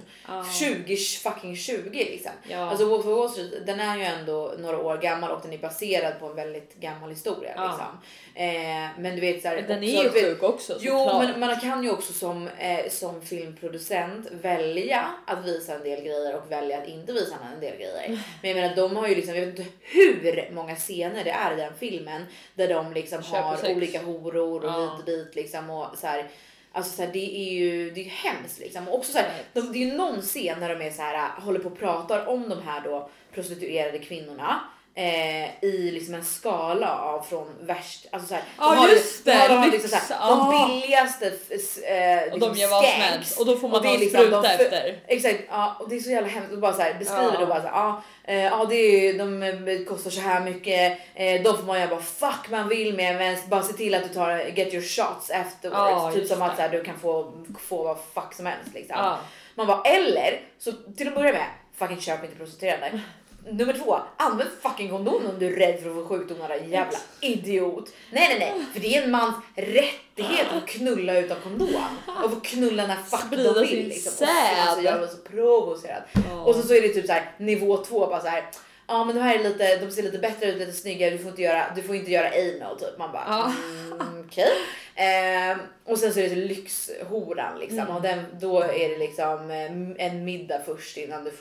20 liksom. Ja. Alltså Wolf of Wall Street, den är ju ändå några år gammal och den är baserad på en väldigt gammal historia liksom. Men du vet så här, den är ju sjuk också. Jo, men man kan ju också som filmproducent välja att visa en del grejer och välja att inte visa en del grejer. Men jag menar, de har ju liksom, jag vet inte hur många scener det är i den filmen där de liksom har olika horor och hit och dit liksom och så här. Alltså så här, det är ju hemskt liksom. Och också så här, det är ju någon scen när de är så här, håller på och pratar om de här då prostituerade kvinnorna i liksom en skala av från värst, alltså så här, just det. De liksom så här, de billigaste och de gör vad som helst och då får man ta liksom, spruta efter. Exakt, ja, och det är så jävla hemskt att bara så här beskriver det bara så här, det är ju, de kostar så här mycket, då får man ju bara fuck man vill med, men bara se till att du tar get your shots efterwards, typ som att så här, du kan få vad fuck som helst liksom. Man bara, eller så till att börja med fucking köp inte prostituerade. Nummer 2, använd fucking kondom om du är rädd för att få sjukdomar, jävla idiot. Nej, för det är en mans rättighet att knulla utan kondom och få knulla när fuck de vill liksom. Alltså, jag var så provocerad. Och så är det typ så här nivå 2 bara så här. Ja, men de här är lite, de ser lite bättre ut, lite snyggare, du får inte göra anal typ. Man bara okej. Och sen så är det lyxhoran liksom och då är det liksom en middag först innan du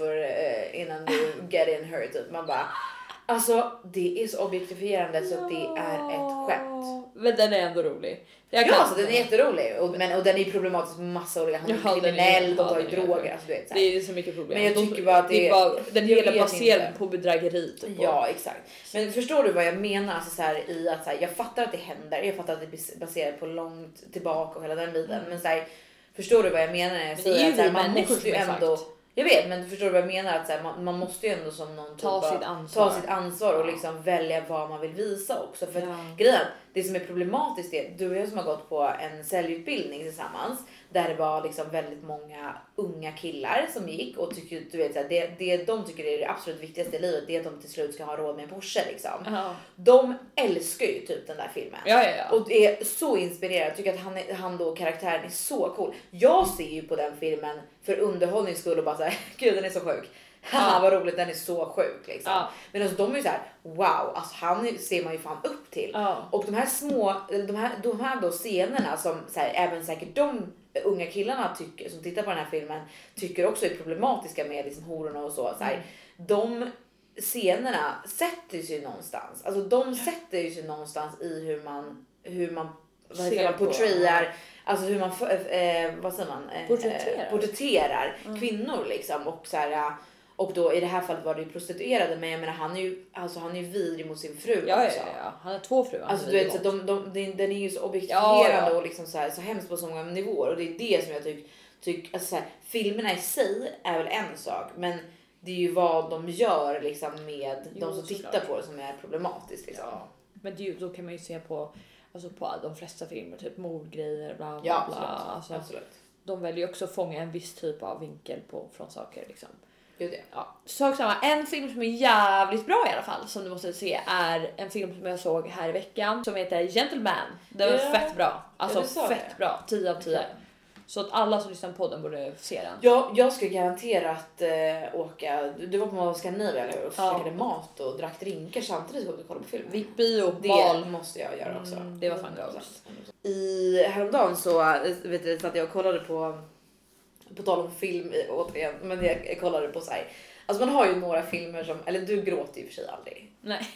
get in her typ. Man bara alltså det är så objektifierande så det är ett skämt. Men den är ändå rolig. Så den är jätterolig och den är problematisk på massa olika. Han är kriminell, de tar ju droger, alltså, du vet, så här. Det är så mycket problem. Men jag tycker bara att det är den hela baserad på bedrägeri typ. Ja, exakt. Men förstår du vad jag menar, alltså, så här, i att så här, jag fattar att det händer, jag fattar att det är baserat på långt tillbaka och hela den biten, men så här, förstår du vad jag menar när jag säger att så här, man måste ju ändå jag vet, men förstår du vad jag menar, att så här, man måste ju ändå som någon ta sitt ansvar och liksom välja vad man vill visa också, för grejen, det som är problematiskt är du och jag som har gått på en säljutbildning tillsammans där det var liksom väldigt många unga killar som gick och tycker, du vet, så här, det de tycker är det absolut viktigaste i livet, det är att de till slut ska ha råd med en Porsche liksom. De älskar ju typ den där filmen. Och är så inspirerad, tycker att han då, karaktären är så cool. Jag ser ju på den filmen för underhållnings skull och bara så här, gud den är så sjuk. Vad roligt, den är så sjuk liksom. Men alltså, de är ju så här, wow, alltså han ser man ju fan upp till. Och de här då scenerna som så här, även säkert de unga killarna tycker, som tittar på den här filmen, tycker också är problematiska med liksom hororna och så här. De scenerna sätter sig någonstans. Alltså de sätter sig någonstans i hur man porträtterar, alltså hur man vad säger man, porträtterar kvinnor liksom, och så här. Och då i det här fallet var det ju prostituerade, men jag menar han är ju vidrig mot sin fru också. Han har 2 fruar. Alltså du vet, så den är ju så objektifierande och liksom så här, så hemskt på så många nivåer, och det är det som jag tycker alltså så här, filmerna i sig är väl en sak, men det är ju vad de gör liksom med de som tittar på det som är problematiskt liksom. Men då kan man ju se på, alltså på de flesta filmer, typ mordgrejer, bla bla Ja, bla. absolut. Alltså, Absolut. de väljer också att fånga en viss typ av vinkel från saker liksom. Just det. Ja. Sak samma. En film som är jävligt bra i alla fall som du måste se är en film som jag såg här i veckan som heter Gentleman. Den var fett bra. Alltså fett bra. 10 av 10. Så att alla som lyssnar på den borde se den. Ja, jag skulle garanterat åka. Du var på Mall of Scandinavia eller hur? Och käkade mat och drack drinkar samtidigt som du kollade på film. VIP-bio, Det måste jag göra också. Det var fan goals. Häromdagen så satt jag och kollade på tal om film återigen, men jag kollade på så här. Alltså man har ju några filmer som, eller du gråter ju för sig aldrig. Nej.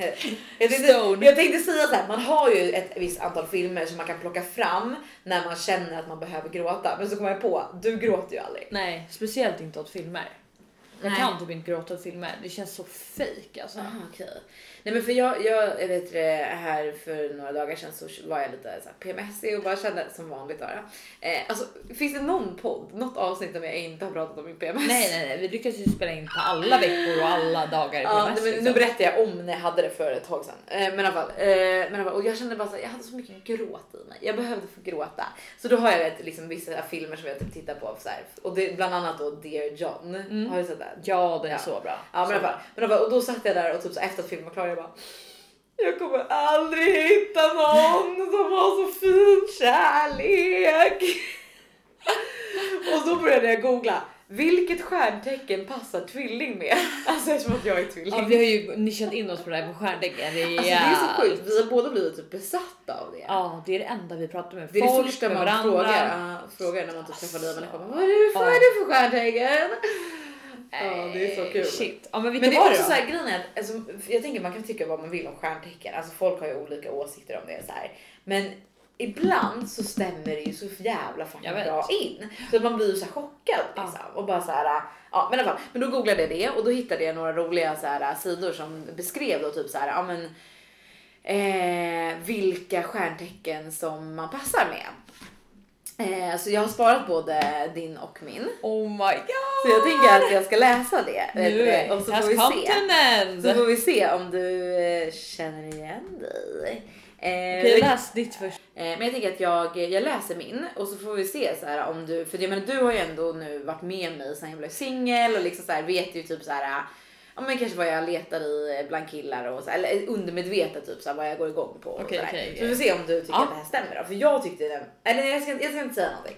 Jag tänkte säga så här, man har ju ett visst antal filmer som man kan plocka fram när man känner att man behöver gråta. Men så kommer jag på, du gråter ju aldrig. Nej, speciellt inte åt filmer. Jag kan typ inte gråta åt filmer. Det känns så fake alltså. Aha, okej. Nej men för jag vet det, här för några dagar sedan så var jag lite så här PMSig och bara kände som vanligt bara. Alltså finns det något avsnitt där jag inte har pratat om min PMS? Nej, vi lyckas ju spela in på alla veckor och alla dagar i PMS. Men nu berättar jag om när jag hade det för ett tag sedan. Men i alla fall, och jag kände bara så här, jag hade så mycket gråt i mig. Jag behövde få gråta. Så då har jag liksom vissa filmer som jag typ tittar på så här, och det bland annat då Dear John. Har du sett det? Ja, det är så bra. Ja, men i alla fall, och då satt jag där och typ så efter att filmen var klar jag bara, jag kommer aldrig hitta någon som har så fin kärlek. Och så började jag googla, vilket stjärntecken passar tvilling med? Alltså eftersom att jag är tvilling. Ja, vi har ju nischat in oss på det här med stjärntecken. Det är så sjukt, vi har båda blivit typ besatta av det. Ja, det är det enda vi pratar med. Det är det första man frågar när man typ träffar dig. Vad är det för stjärntecken? Ja, det är så kul. Shit. Ja, men det är också så här, grejen är att, alltså, jag tänker man kan tycka vad man vill om stjärntecken. Alltså folk har ju olika åsikter om det så här. Men ibland så stämmer det ju så jävla fucking bra in. Så att man blir ju så chockad liksom. Och bara så här, ja men i alla fall. Men då googlade jag det och då hittade jag några roliga så här sidor som beskrev då typ så här, ja men vilka stjärntecken som man passar med. Så jag har sparat både din och min. Oh my god. Så jag tänker att jag ska läsa det. Nu, och så får vi se om du känner igen dig. Okej, läs ditt först. Men jag tänker att jag läser min och så får vi se så här om du, för jag menar du har ju ändå nu varit med mig sen jag blev singel och liksom så här vet ju typ så här, ja men kanske vad jag letar i bland killar och så, eller undermedvetet typ så här, vad jag går igång på. Okay. Så vi får se om du tycker att det här stämmer då. För jag tyckte den, eller nej, jag ska inte säga någonting.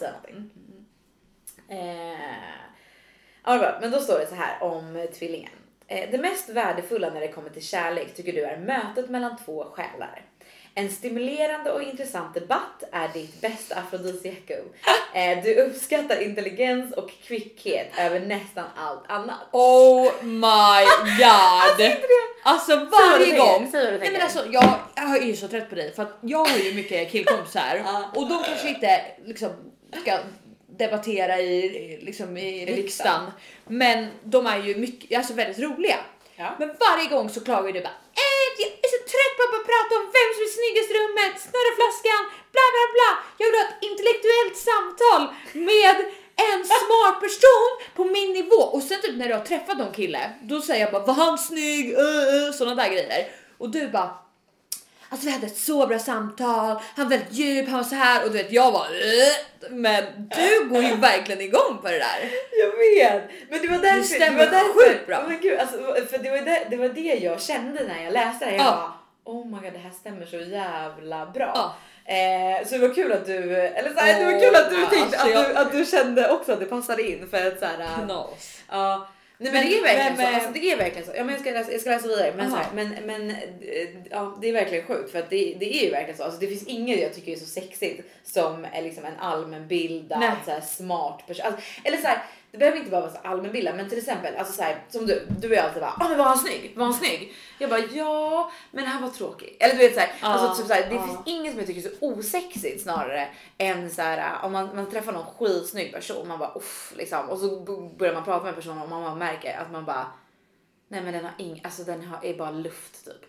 Ja, men då står det så här om tvillingen. Det mest värdefulla när det kommer till kärlek tycker du är mötet mellan två själar. En stimulerande och intressant debatt är ditt bästa afrodisiakum. Du uppskattar intelligens och kvickhet över nästan allt annat. Oh my god. Alltså varje gång. Nej, men alltså, jag är ju så trött på dig för att jag har ju mycket killkompisar och de kanske inte liksom ska debattera i riksdagen, men de är ju mycket, alltså väldigt roliga. Ja. Men varje gång så klagar du bara, jag är så trött på att prata om vem som är snyggast i rummet, snurra flaskan, bla bla bla. Jag vill ha ett intellektuellt samtal med en smart person på min nivå. Och sen typ när du har träffat någon kille, då säger jag bara, var han snygg? Sådana där grejer. Och du bara, alltså vi hade ett så bra samtal, han var väldigt djup, han var så här. Och du vet, jag var men du går ju verkligen igång på det där. Jag vet, men det var därför. Det stämmer sjukt bra. Men gud, alltså, för det var det jag kände när jag läste det. Jag bara, oh my god, det här stämmer så jävla bra. Så det var kul att du, eller så här, det var kul att du tänkte alltså, att du kände också att det passade in för att så här. Ja. Nej, men det är verkligen så. Alltså, det är verkligen så. Ja, men jag ska läsa vidare. Men, så här, men ja, det är verkligen sjukt. För att det är ju verkligen så. Alltså, det finns inget jag tycker är så sexigt som är liksom en allmänbildad, så här, smart person. Alltså, eller så här, det behöver inte bara vara så allmänbildad. Men till exempel, alltså, så här, som du är alltid bara, men var han snygg? Var han snygg? Jag bara, ja, men han var tråkig. Eller du vet så här, alltså, typ, så här, det finns inget som jag tycker är så osexigt snarare än så här, om man träffar någon skitsnygg person, man bara liksom, och så börjar man prata med personen och man märker att man bara, nej men den har är bara luft typ.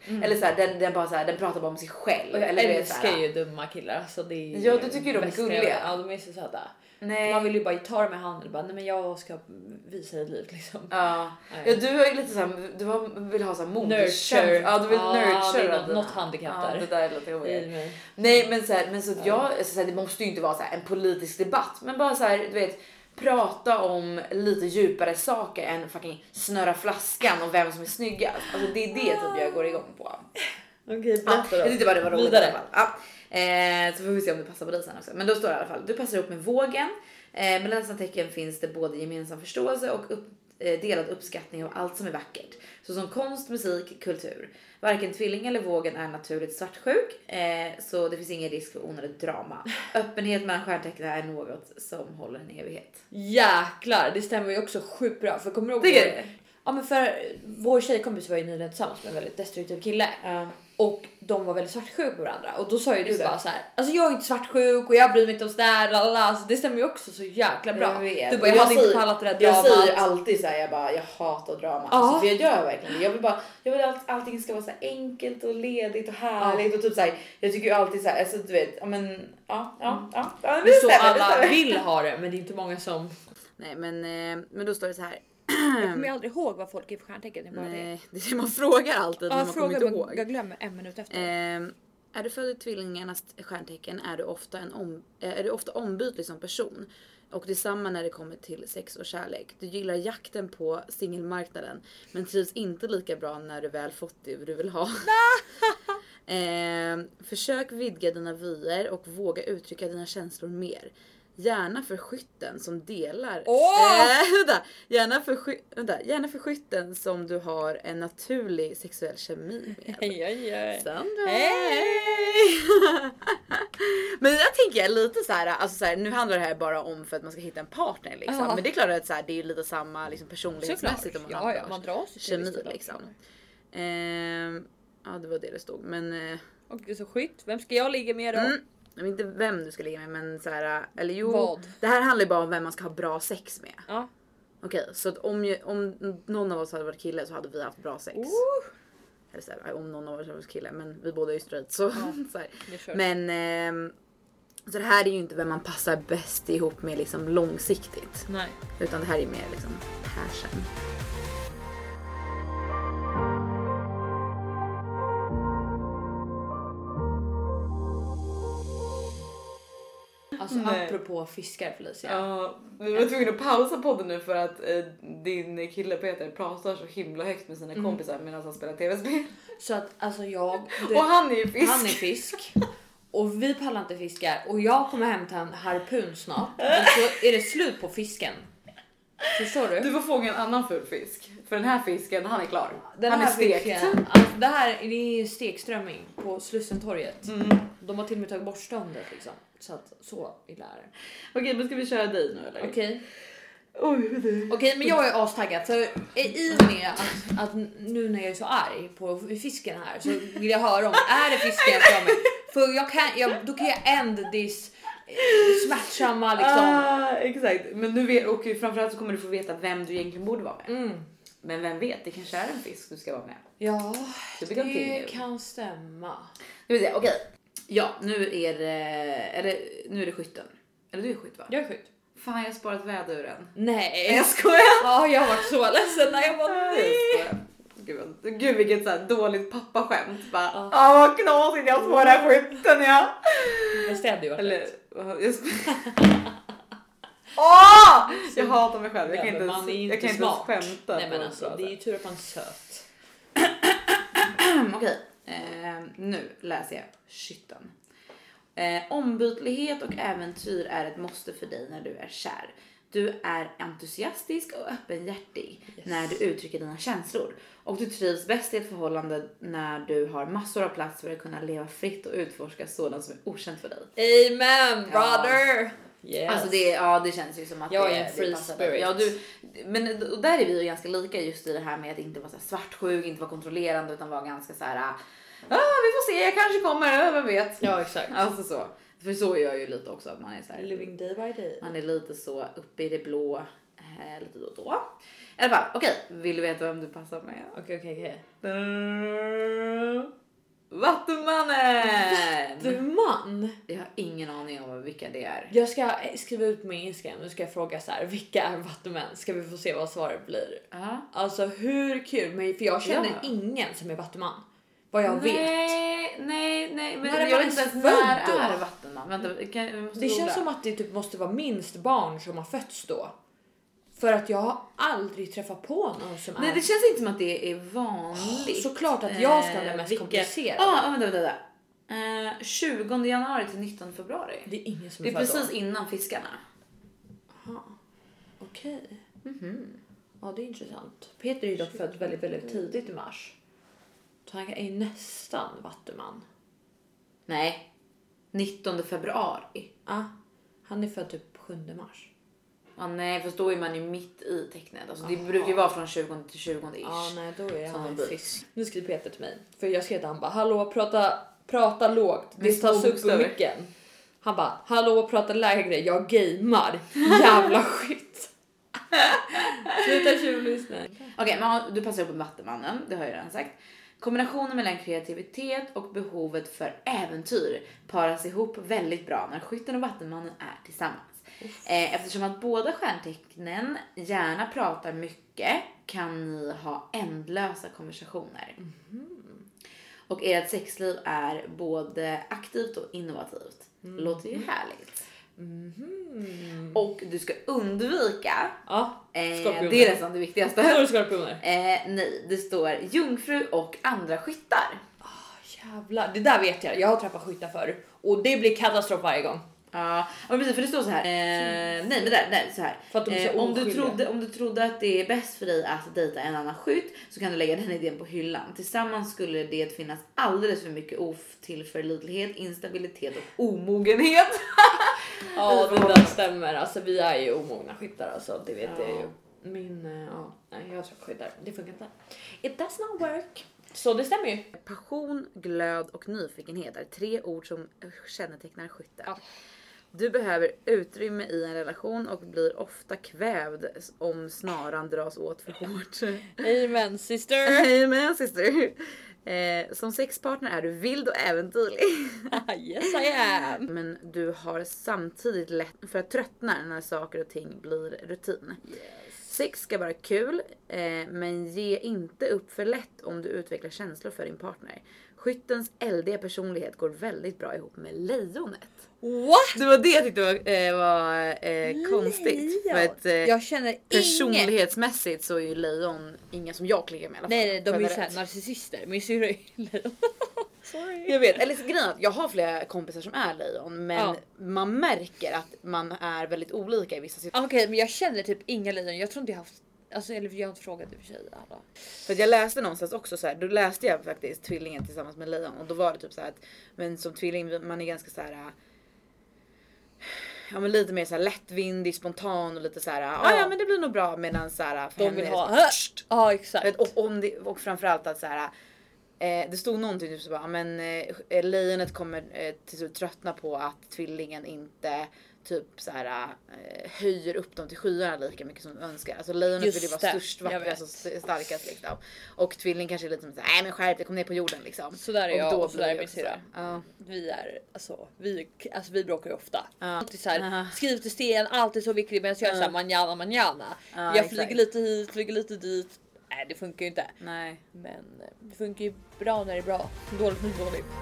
Eller så här, den bara så här, den pratar bara om sig själv. Och jag eller älskar ju dumma killar. Så det är ja, du tycker de är bästa jag gulliga. vet. Ja, de är så söta. Nej. Man vill ju bara ta dem med handen och bara, nej men jag ska visa dig ett liv liksom. Ja, du har ju lite så här, du vill ha så här Nurture. Ja, du vill nurture. Något handikapp där. Det där är lite weird. Nej, men så här, så här, det måste ju inte vara så här en politisk debatt, men bara så här, du vet, prata om lite djupare saker än fucking snöra flaskan och vem som är snyggast. Alltså det är det typ jag går igång på. Okej, berätta då. Jag tyckte bara det var roligt Vidare. i alla fall. Så får vi se om det passar på dig sen också. Men då står det i alla fall, du passar upp med vågen. Mellan dessa tecken finns det både gemensam förståelse och delad uppskattning av allt som är vackert. Så som konst, musik, kultur. Varken tvilling eller vågen är naturligt svartsjuk. Så det finns ingen risk för onödigt drama. Öppenhet mellan stjärntecken är något som håller en evighet. Jäklar, det stämmer ju också sjukt bra. För kommer du ihåg ja, men för vår tjejkompis var ju nyligen tillsammans med en väldigt destruktiv kille. Och de var väldigt svartsjuka på varandra. Och då sa ju du bara så här: alltså jag är inte svartsjuk och jag bryr mig inte om sådär. Alltså det stämmer ju också så jäkla bra. Du bara, jag hade inte pallat det där dramat. Jag säger alltid så här, jag hatar drama. Alltså, för jag gör verkligen det. Jag vill att allting ska vara så här enkelt och ledigt och härligt. Och typ så här, jag tycker ju alltid så här, alltså du vet, ja men ja. Det är så alla vill ha det, men det är inte många som... Nej, men då står det så här. Jag kommer aldrig ihåg vad folk är för stjärntecken. Nej, det är man frågar alltid, men man kommer inte ihåg. Jag glömmer en minut efter. Är du född i tvillingarnas stjärntecken är du ofta ombytlig som person. Och detsamma när det kommer till sex och kärlek. Du gillar jakten på singelmarknaden, men trivs inte lika bra när du väl fått det du vill ha. Försök vidga dina vyer och våga uttrycka dina känslor mer. Gärna för skytten som delar. Gärna för skytten som du har en naturlig sexuell kemi med. Sandra. Men jag tänker lite så här, alltså så här, nu handlar det här bara om för att man ska hitta en partner liksom. Men det är klart att så här, det är ju lite samma liksom personlighetsmässigt om man drar sig kemi liksom. Ja, det var det stod, men och det är så skytt. Vem ska jag ligga med då? Jag vet inte vem du ska ligga med, men så här, eller jo, vad? Det här handlar ju bara om vem man ska ha bra sex med. Ja. Okej, så att om någon av oss hade varit kille så hade vi haft bra sex. Eller så här, om någon av oss hade varit kille, men vi båda är ju straight så, så här. Men så det här är ju inte vem man passar bäst ihop med liksom långsiktigt. Nej. Utan det här är mer liksom passion. Alltså apropå fiskar, Felicia. Ja, vi var tvungna att pausa podden nu för att din kille Peter pratar så himla högt med sina kompisar medan han spelar tv-spel. Så att alltså och han är ju fisk. Han är fisk. Och vi pallar inte fiskar. Och jag kommer hämta en harpun snart. Och så är det slut på fisken. Förstår du? Du får fånga en annan full fisk. För den här fisken, han är klar. Den han här är stekt. Fisken, alltså det här är stekströmming på Slussentorget. De har till och med tagit bort ståndet liksom. Så att så illa är det. Okej, men ska vi köra dig nu eller? Okej. Okej, men jag är astaggad. Så i och med att nu när jag är så arg på fisken här så vill jag höra om är det fisken jag mig. För då kan jag end this smärtsamma liksom. Exakt. Men nu vet, och framförallt så kommer du få veta vem du egentligen borde vara med. Men vem vet, det kanske är en fisk du ska vara med. Ja, det kan stämma. Okej. Ja, nu är det skytten. Eller du är skytt, va? Jag är skytt. Fan, jag har sparat väduren. Nej. Jag skojar. Ja, jag har varit så ledsen när jag var nej. Gud, vilket så här dåligt pappaskämt. Bara, vad knasigt, jag sparar skytten, ja. Jag städde ju varit rätt. Jag hatar mig själv. Jag kan inte ens skämta. Nej, men alltså, det är ju tur att man är söt. Okej, nu läser jag skytten. Ombytlighet och äventyr är ett måste för dig när du är kär. Du är entusiastisk och öppenhjärtig när du uttrycker dina känslor. Och du trivs bäst i ett förhållande när du har massor av plats för att kunna leva fritt och utforska sådant som är okänt för dig. Amen, brother! Yes. Alltså det känns ju som att jag är en free spirit. Ja, men och där är vi ju ganska lika just i det här med att inte vara så svartsjuk, inte vara kontrollerande utan vara ganska så här. Vi får se, jag kanske kommer, vem vet. Ja, exakt. Alltså så. För så gör jag ju lite också att man är så här, living day by day. Man är lite så uppe i det blå lite då och då. I alla fall, okej. Vill du veta vem du passar med? Okej. Vattumannen! Vattuman? Jag har ingen aning om vilka det är. Jag ska skriva ut på min Instagram. Nu ska jag fråga så här: vilka är vattumän? Ska vi få se vad svaret blir. Alltså hur kul. Men för jag känner ingen som är vattuman. Vad jag vet. Nej. Men när jag vet inte ens när är vattuman. Vänta, det känns som att det typ måste vara minst barn som har fötts då. För att jag har aldrig träffat på någon som Nej, det känns inte som att det är vanligt. Såklart att jag ska ha det mest komplicerade. Vänta. 20 januari till 19 februari. Det är ingen som det är precis då. Innan fiskarna. Aha. Okej. Ja, det är intressant. Peter är dock född väldigt, väldigt tidigt i mars. Så han är nästan vattuman. Nej. 19 februari. Ja. Han är född typ 7 mars. Ja, nej, fast då är man ju mitt i tecknet. Alltså, det brukar ju vara från 20 till 20 ish. Ja, nej, då är han fisk. Nu skriver Peter till mig. För jag skrev att han bara, hallå, prata lågt. Det tas upp på mycket. Han bara, hallå, prata lägre. Jag gamer. Jävla skit. Sluta tjuvlyssna. Okej, men du passar upp på Vattumannen. Det har jag redan sagt. Kombinationen mellan kreativitet och behovet för äventyr paras ihop väldigt bra när skytten och Vattumannen är tillsammans. Eftersom att båda stjärntecknen gärna pratar mycket kan ni ha ändlösa konversationer. Och ert sexliv är både aktivt och innovativt. Låter ju härligt. Och du ska undvika det är nästan det viktigaste. Nej, det står jungfru och andra skyttar. Jävlar, det där vet jag. Jag har träffat skyttar förr. Och det blir katastrof varje gång. Ja, precis, för det står så här. Nej, men där så här. För att de är om du trodde att det är bäst för dig att dejta en annan skytt, så kan du lägga den idén på hyllan. Tillsammans skulle det finnas alldeles för mycket otillförlitlighet, instabilitet och omogenhet. Ja, det där stämmer. Alltså vi är ju omogna skyttar, alltså det vet jag ju. Jag tror skyttar. Det funkar inte. It does not work. Så det stämmer ju. Passion, glöd och nyfikenhet är 3 ord som kännetecknar skyttar. Ja. Du behöver utrymme i en relation och blir ofta kvävd om snaran dras åt för hårt. Amen sister. Amen sister. Som sexpartner är du vild och äventyrlig. Yes I am. Men du har samtidigt lätt för att tröttna när saker och ting blir rutin. Yes. Sex ska vara kul, men ge inte upp för lätt om du utvecklar känslor för din partner. Skyttens eldiga personlighet går väldigt bra ihop med lejonet. What? Det var det jag tyckte var konstigt. För att, jag känner personlighetsmässigt så är ju lejon inga som jag klickar med i alla fall. Nej, de är ju såhär narcissister. Min syrra är lejon. Sorry. Jag vet, eller grejen att jag har flera kompisar som är lejon, men man märker att man är väldigt olika i vissa situationer. Okej, men jag känner typ inga lejon. Jag tror inte jag har haft, alltså, eller jag har inte frågat i och för sig alla. För att jag läste någonstans också så här, då läste jag faktiskt tvillingen tillsammans med lejon, och då var det typ så här att, men som tvilling man är ganska så här, ja men lite mer så här lättvindig, spontan och lite så här, ja men det blir nog bra, medan så här för de vill ha. Ja, exakt. Och framförallt att så här, det stod någonting typ så bara, men lejonet kommer till slut tröttna på att tvillingen inte typ så här höjer upp dem till skyarna lika mycket som de önskar. Alltså lejonet vill ju vara störst, vackrast och starkast liksom. Och tvilling kanske är lite som så här, nej men skärp dig, kom ner på jorden liksom. Så där är jag och så där är min syrra. Vi är vi bråkar ju ofta. Alltid så här, skriv till sten, alltid så viktigt, men jag så här manjana. Jag flyger lite hit, flyger lite dit. Nej, det funkar ju inte. Nej. Men det funkar ju bra när det är bra. Dåligt när det är dåligt.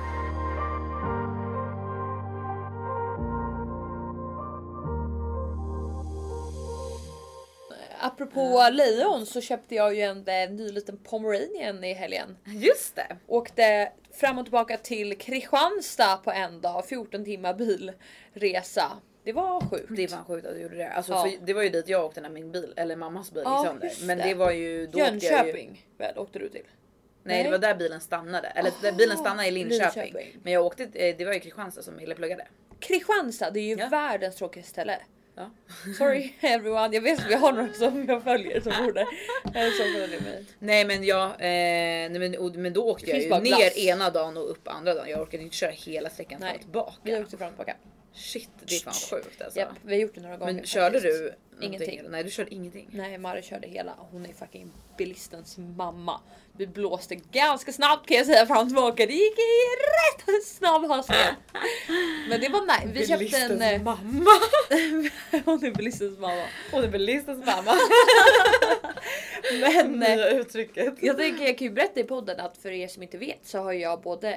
Apropå lejon så köpte jag ju en ny liten Pomeranian i helgen. Just det. Åkte fram och tillbaka till Kristianstad på en dag. 14 timmar bilresa. Det var sjukt. Det var sjukt att du gjorde det. Alltså, för det var ju dit jag åkte när min bil, eller mammas bil gick sönder. Men det var ju då Jönköping väl åkte du till? Nej, det var där bilen stannade. Eller där bilen stannade i Linköping. Men jag åkte, det var ju Kristianstad som Mille pluggade. Kristianstad, det är ju världens tråkigaste ställe. Ja. Sorry everyone, jag vet att vi har några som jag följer som borde. Nej men men då åkte jag ju ner ena dagen och upp andra dagen. Jag orkade inte köra hela sträckan fram och tillbaka. Vi åkte fram och tillbaka. Shit, det är fan sjukt alltså. Japp, vi har gjort det några gånger. Men körde du ingenting? Nej, du körde ingenting. Nej, Mari körde hela. Hon är fucking bilistens mamma. Vi blåste ganska snabbt kan jag säga fram och tillbaka. Det gick i rätt snabb hastighet. Men det var nice. Vi köpte en mamma. Hon är bilistens mamma. Hon är bilistens mamma. Men nya uttrycket. jag tänker jag kan ju berätta i podden att för er som inte vet så har jag både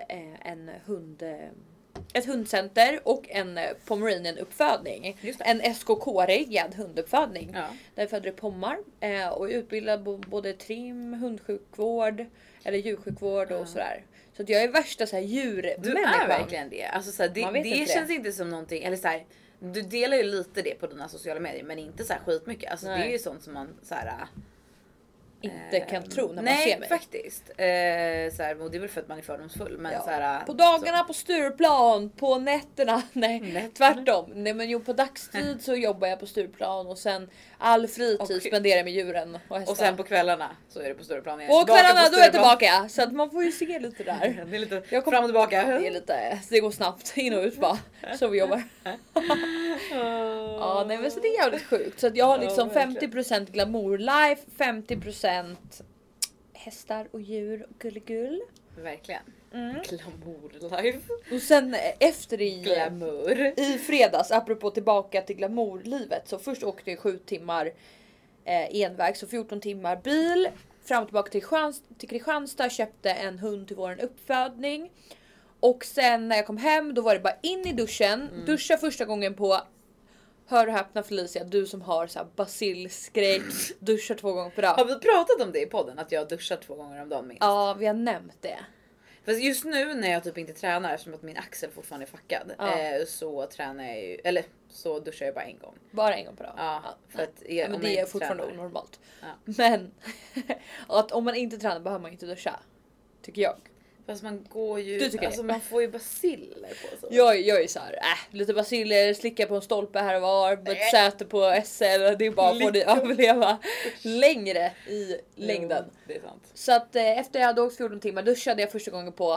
ett hundcenter och en Pomeranian uppfödning. En SKK-reggad hunduppfödning. Ja. Där föder det pommar och utbildar både trim, hundsjukvård eller djursjukvård och sådär. Så att jag är värsta så här djurmänniskan. Du är verkligen det. Alltså så här, det känns inte som någonting eller så här, du delar ju lite det på dina sociala medier men inte så här skitmycket. Alltså det är ju sånt som man så här inte kan tro när man ser mig. Nej, faktiskt. Så här, och det är väl för att man är fördomsfull. Men så här, på dagarna på Stureplan, på nätterna. Nej, tvärtom. Nej, men på dagstid så jobbar jag på Stureplan och sen all fritid spenderar jag med djuren och hästar. Och sen på kvällarna så är det på Stureplan igen. Och kvällarna då är jag tillbaka. Så att man får ju se lite där. Det är lite fram och tillbaka. Det går snabbt in och ut bara. Så vi jobbar. Ja, nej men så det är jävligt sjukt. Så att jag har liksom 50% glamour life, 50% hästar och djur och gulligull. Verkligen. Glamour life. Och sen efter i fredags, apropå tillbaka till glamourlivet. Så först åkte jag 7 timmar enväg, så 14 timmar bil. Fram och tillbaka till Kristianstad, köpte en hund till våran uppfödning. Och sen när jag kom hem, då var det bara in i duschen. Duscha första gången på, hör och häpna Felicia, du som har så här basilskräck, duschar 2 gånger per dag. Har vi pratat om det i podden? Att jag duschar 2 gånger om dagen minst? Ja, vi har nämnt det. Fast just nu när jag typ inte tränar, eftersom att min axel fortfarande är fuckad, så tränar jag ju, eller så duschar jag bara en gång. Bara en gång per dag? Ja, för att men det är fortfarande onormalt. Ja. Men att om man inte tränar behöver man inte duscha, tycker jag. Fast man går ju, alltså man får ju basiller på sig. Jag är så här, lite basiller, slicka på en stolpe här och var, ett säte på SL, det är bara för att överleva längre i längden. Jo, det är sant. Så att efter jag hade åkt 14 timmar duschade jag första gången på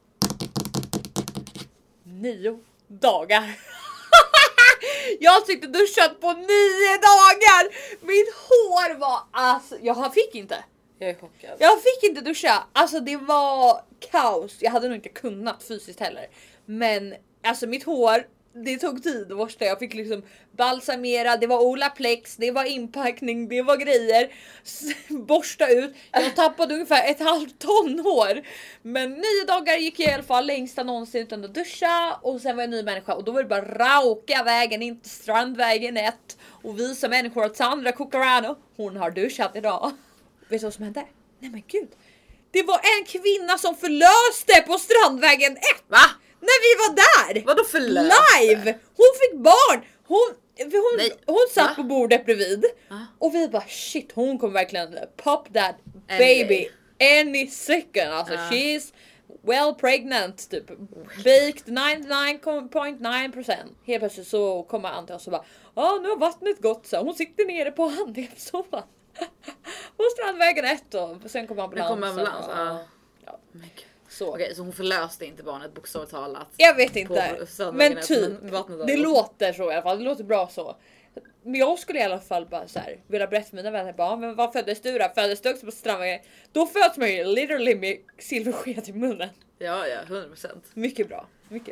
9 dagar. Jag tyckte duschat på 9 dagar. Mitt hår var alltså, jag fick inte. Jag är chockad. Jag fick inte duscha. Alltså det var kaos. Jag hade nog inte kunnat fysiskt heller. Men alltså mitt hår, det tog tid att borsta. Jag fick liksom balsamera, det var Olaplex, det var inpackning, det var grejer. Borsta ut. Jag tappade ungefär 1,5 ton hår. Men 9 dagar gick jag i alla fall längsta någonsin utan att duscha. Och sen var jag en ny människa. Och då var det bara rauka vägen in till Strandvägen 1. Och visa människor att Sandra Cucarano, hon har duschat idag. Vet du vad som hände? Nej men gud. Det var en kvinna som förlöste på Strandvägen 1. Va? När vi var där. Vadå förlöste? Live. Hon fick barn. Hon satt på bordet bredvid. Och vi bara shit, hon kommer verkligen pop that baby any second. Alltså she's well pregnant typ. Baked 99.9%. Helt plötsligt så kommer han till oss och bara nu har vattnet gått så. Hon sitter nere på handikappsoffan. På Strandvägen 1 och sen kom ambulansen. Ja. Så. Okej, så hon förlöste inte barnet bokstavligt talat. Jag vet inte. Men typ. Det låter så i alla fall. Det låter bra så. Men jag skulle i alla fall bara så här vilja berätta för mina vänner bara, men vad föddes du då? Föddes du också på Strandvägen? Då föds man ju literally med silversked i munnen. Ja, 100%. Mycket bra.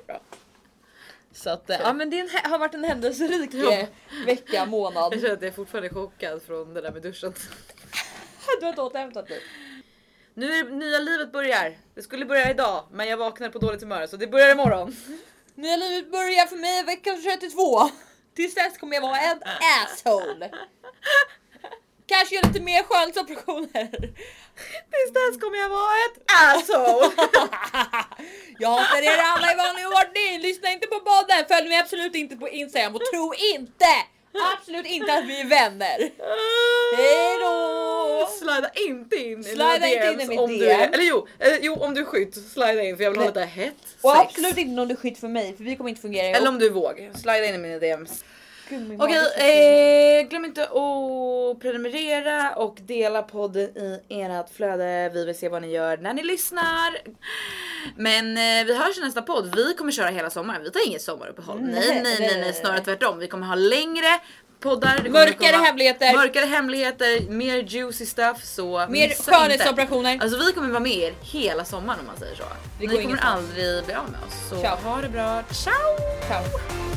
Så att men det har varit en händelserik vecka, månad. Jag känner att jag är fortfarande chockad från det där med duschen. Du har inte återhämtat dig. Nu är nya livet börjar. Det skulle börja idag, men jag vaknar på dåligt humör så det börjar imorgon. Nya livet börjar för mig vecka 32. Tills dess kommer jag vara en asshole. Kanske göra lite mer skönhetsoperationer. Tills dess kommer jag vara ett asshole. Jag hatar er alla i vanlig ordning. Lyssna inte på podden. Följ mig absolut inte på Instagram. Och tro inte, absolut inte att vi är vänner. Hejdå. Slida inte in i mitt om DM. du är, eller jo, om du är skytt, slida in för jag vill ha lite hett sex. Och absolut inte om du är skytt för mig, för vi kommer inte fungera ihop. Eller om du är våg, slida in i mina DMs. Okej, glöm inte att prenumerera och dela podden i ert flöde. Vi vill se vad ni gör när ni lyssnar. Men vi hörs i nästa podd. Vi kommer köra hela sommaren. Vi tar inget sommaruppehåll. Nej, snarare tvärtom. Vi kommer ha längre poddar. Mörkare hemligheter, mer juicy stuff. Så mer skönhetsoperationer. Alltså vi kommer vara med er hela sommaren om man säger så. Ni kommer aldrig bli av med oss. Så ha det bra. Ciao!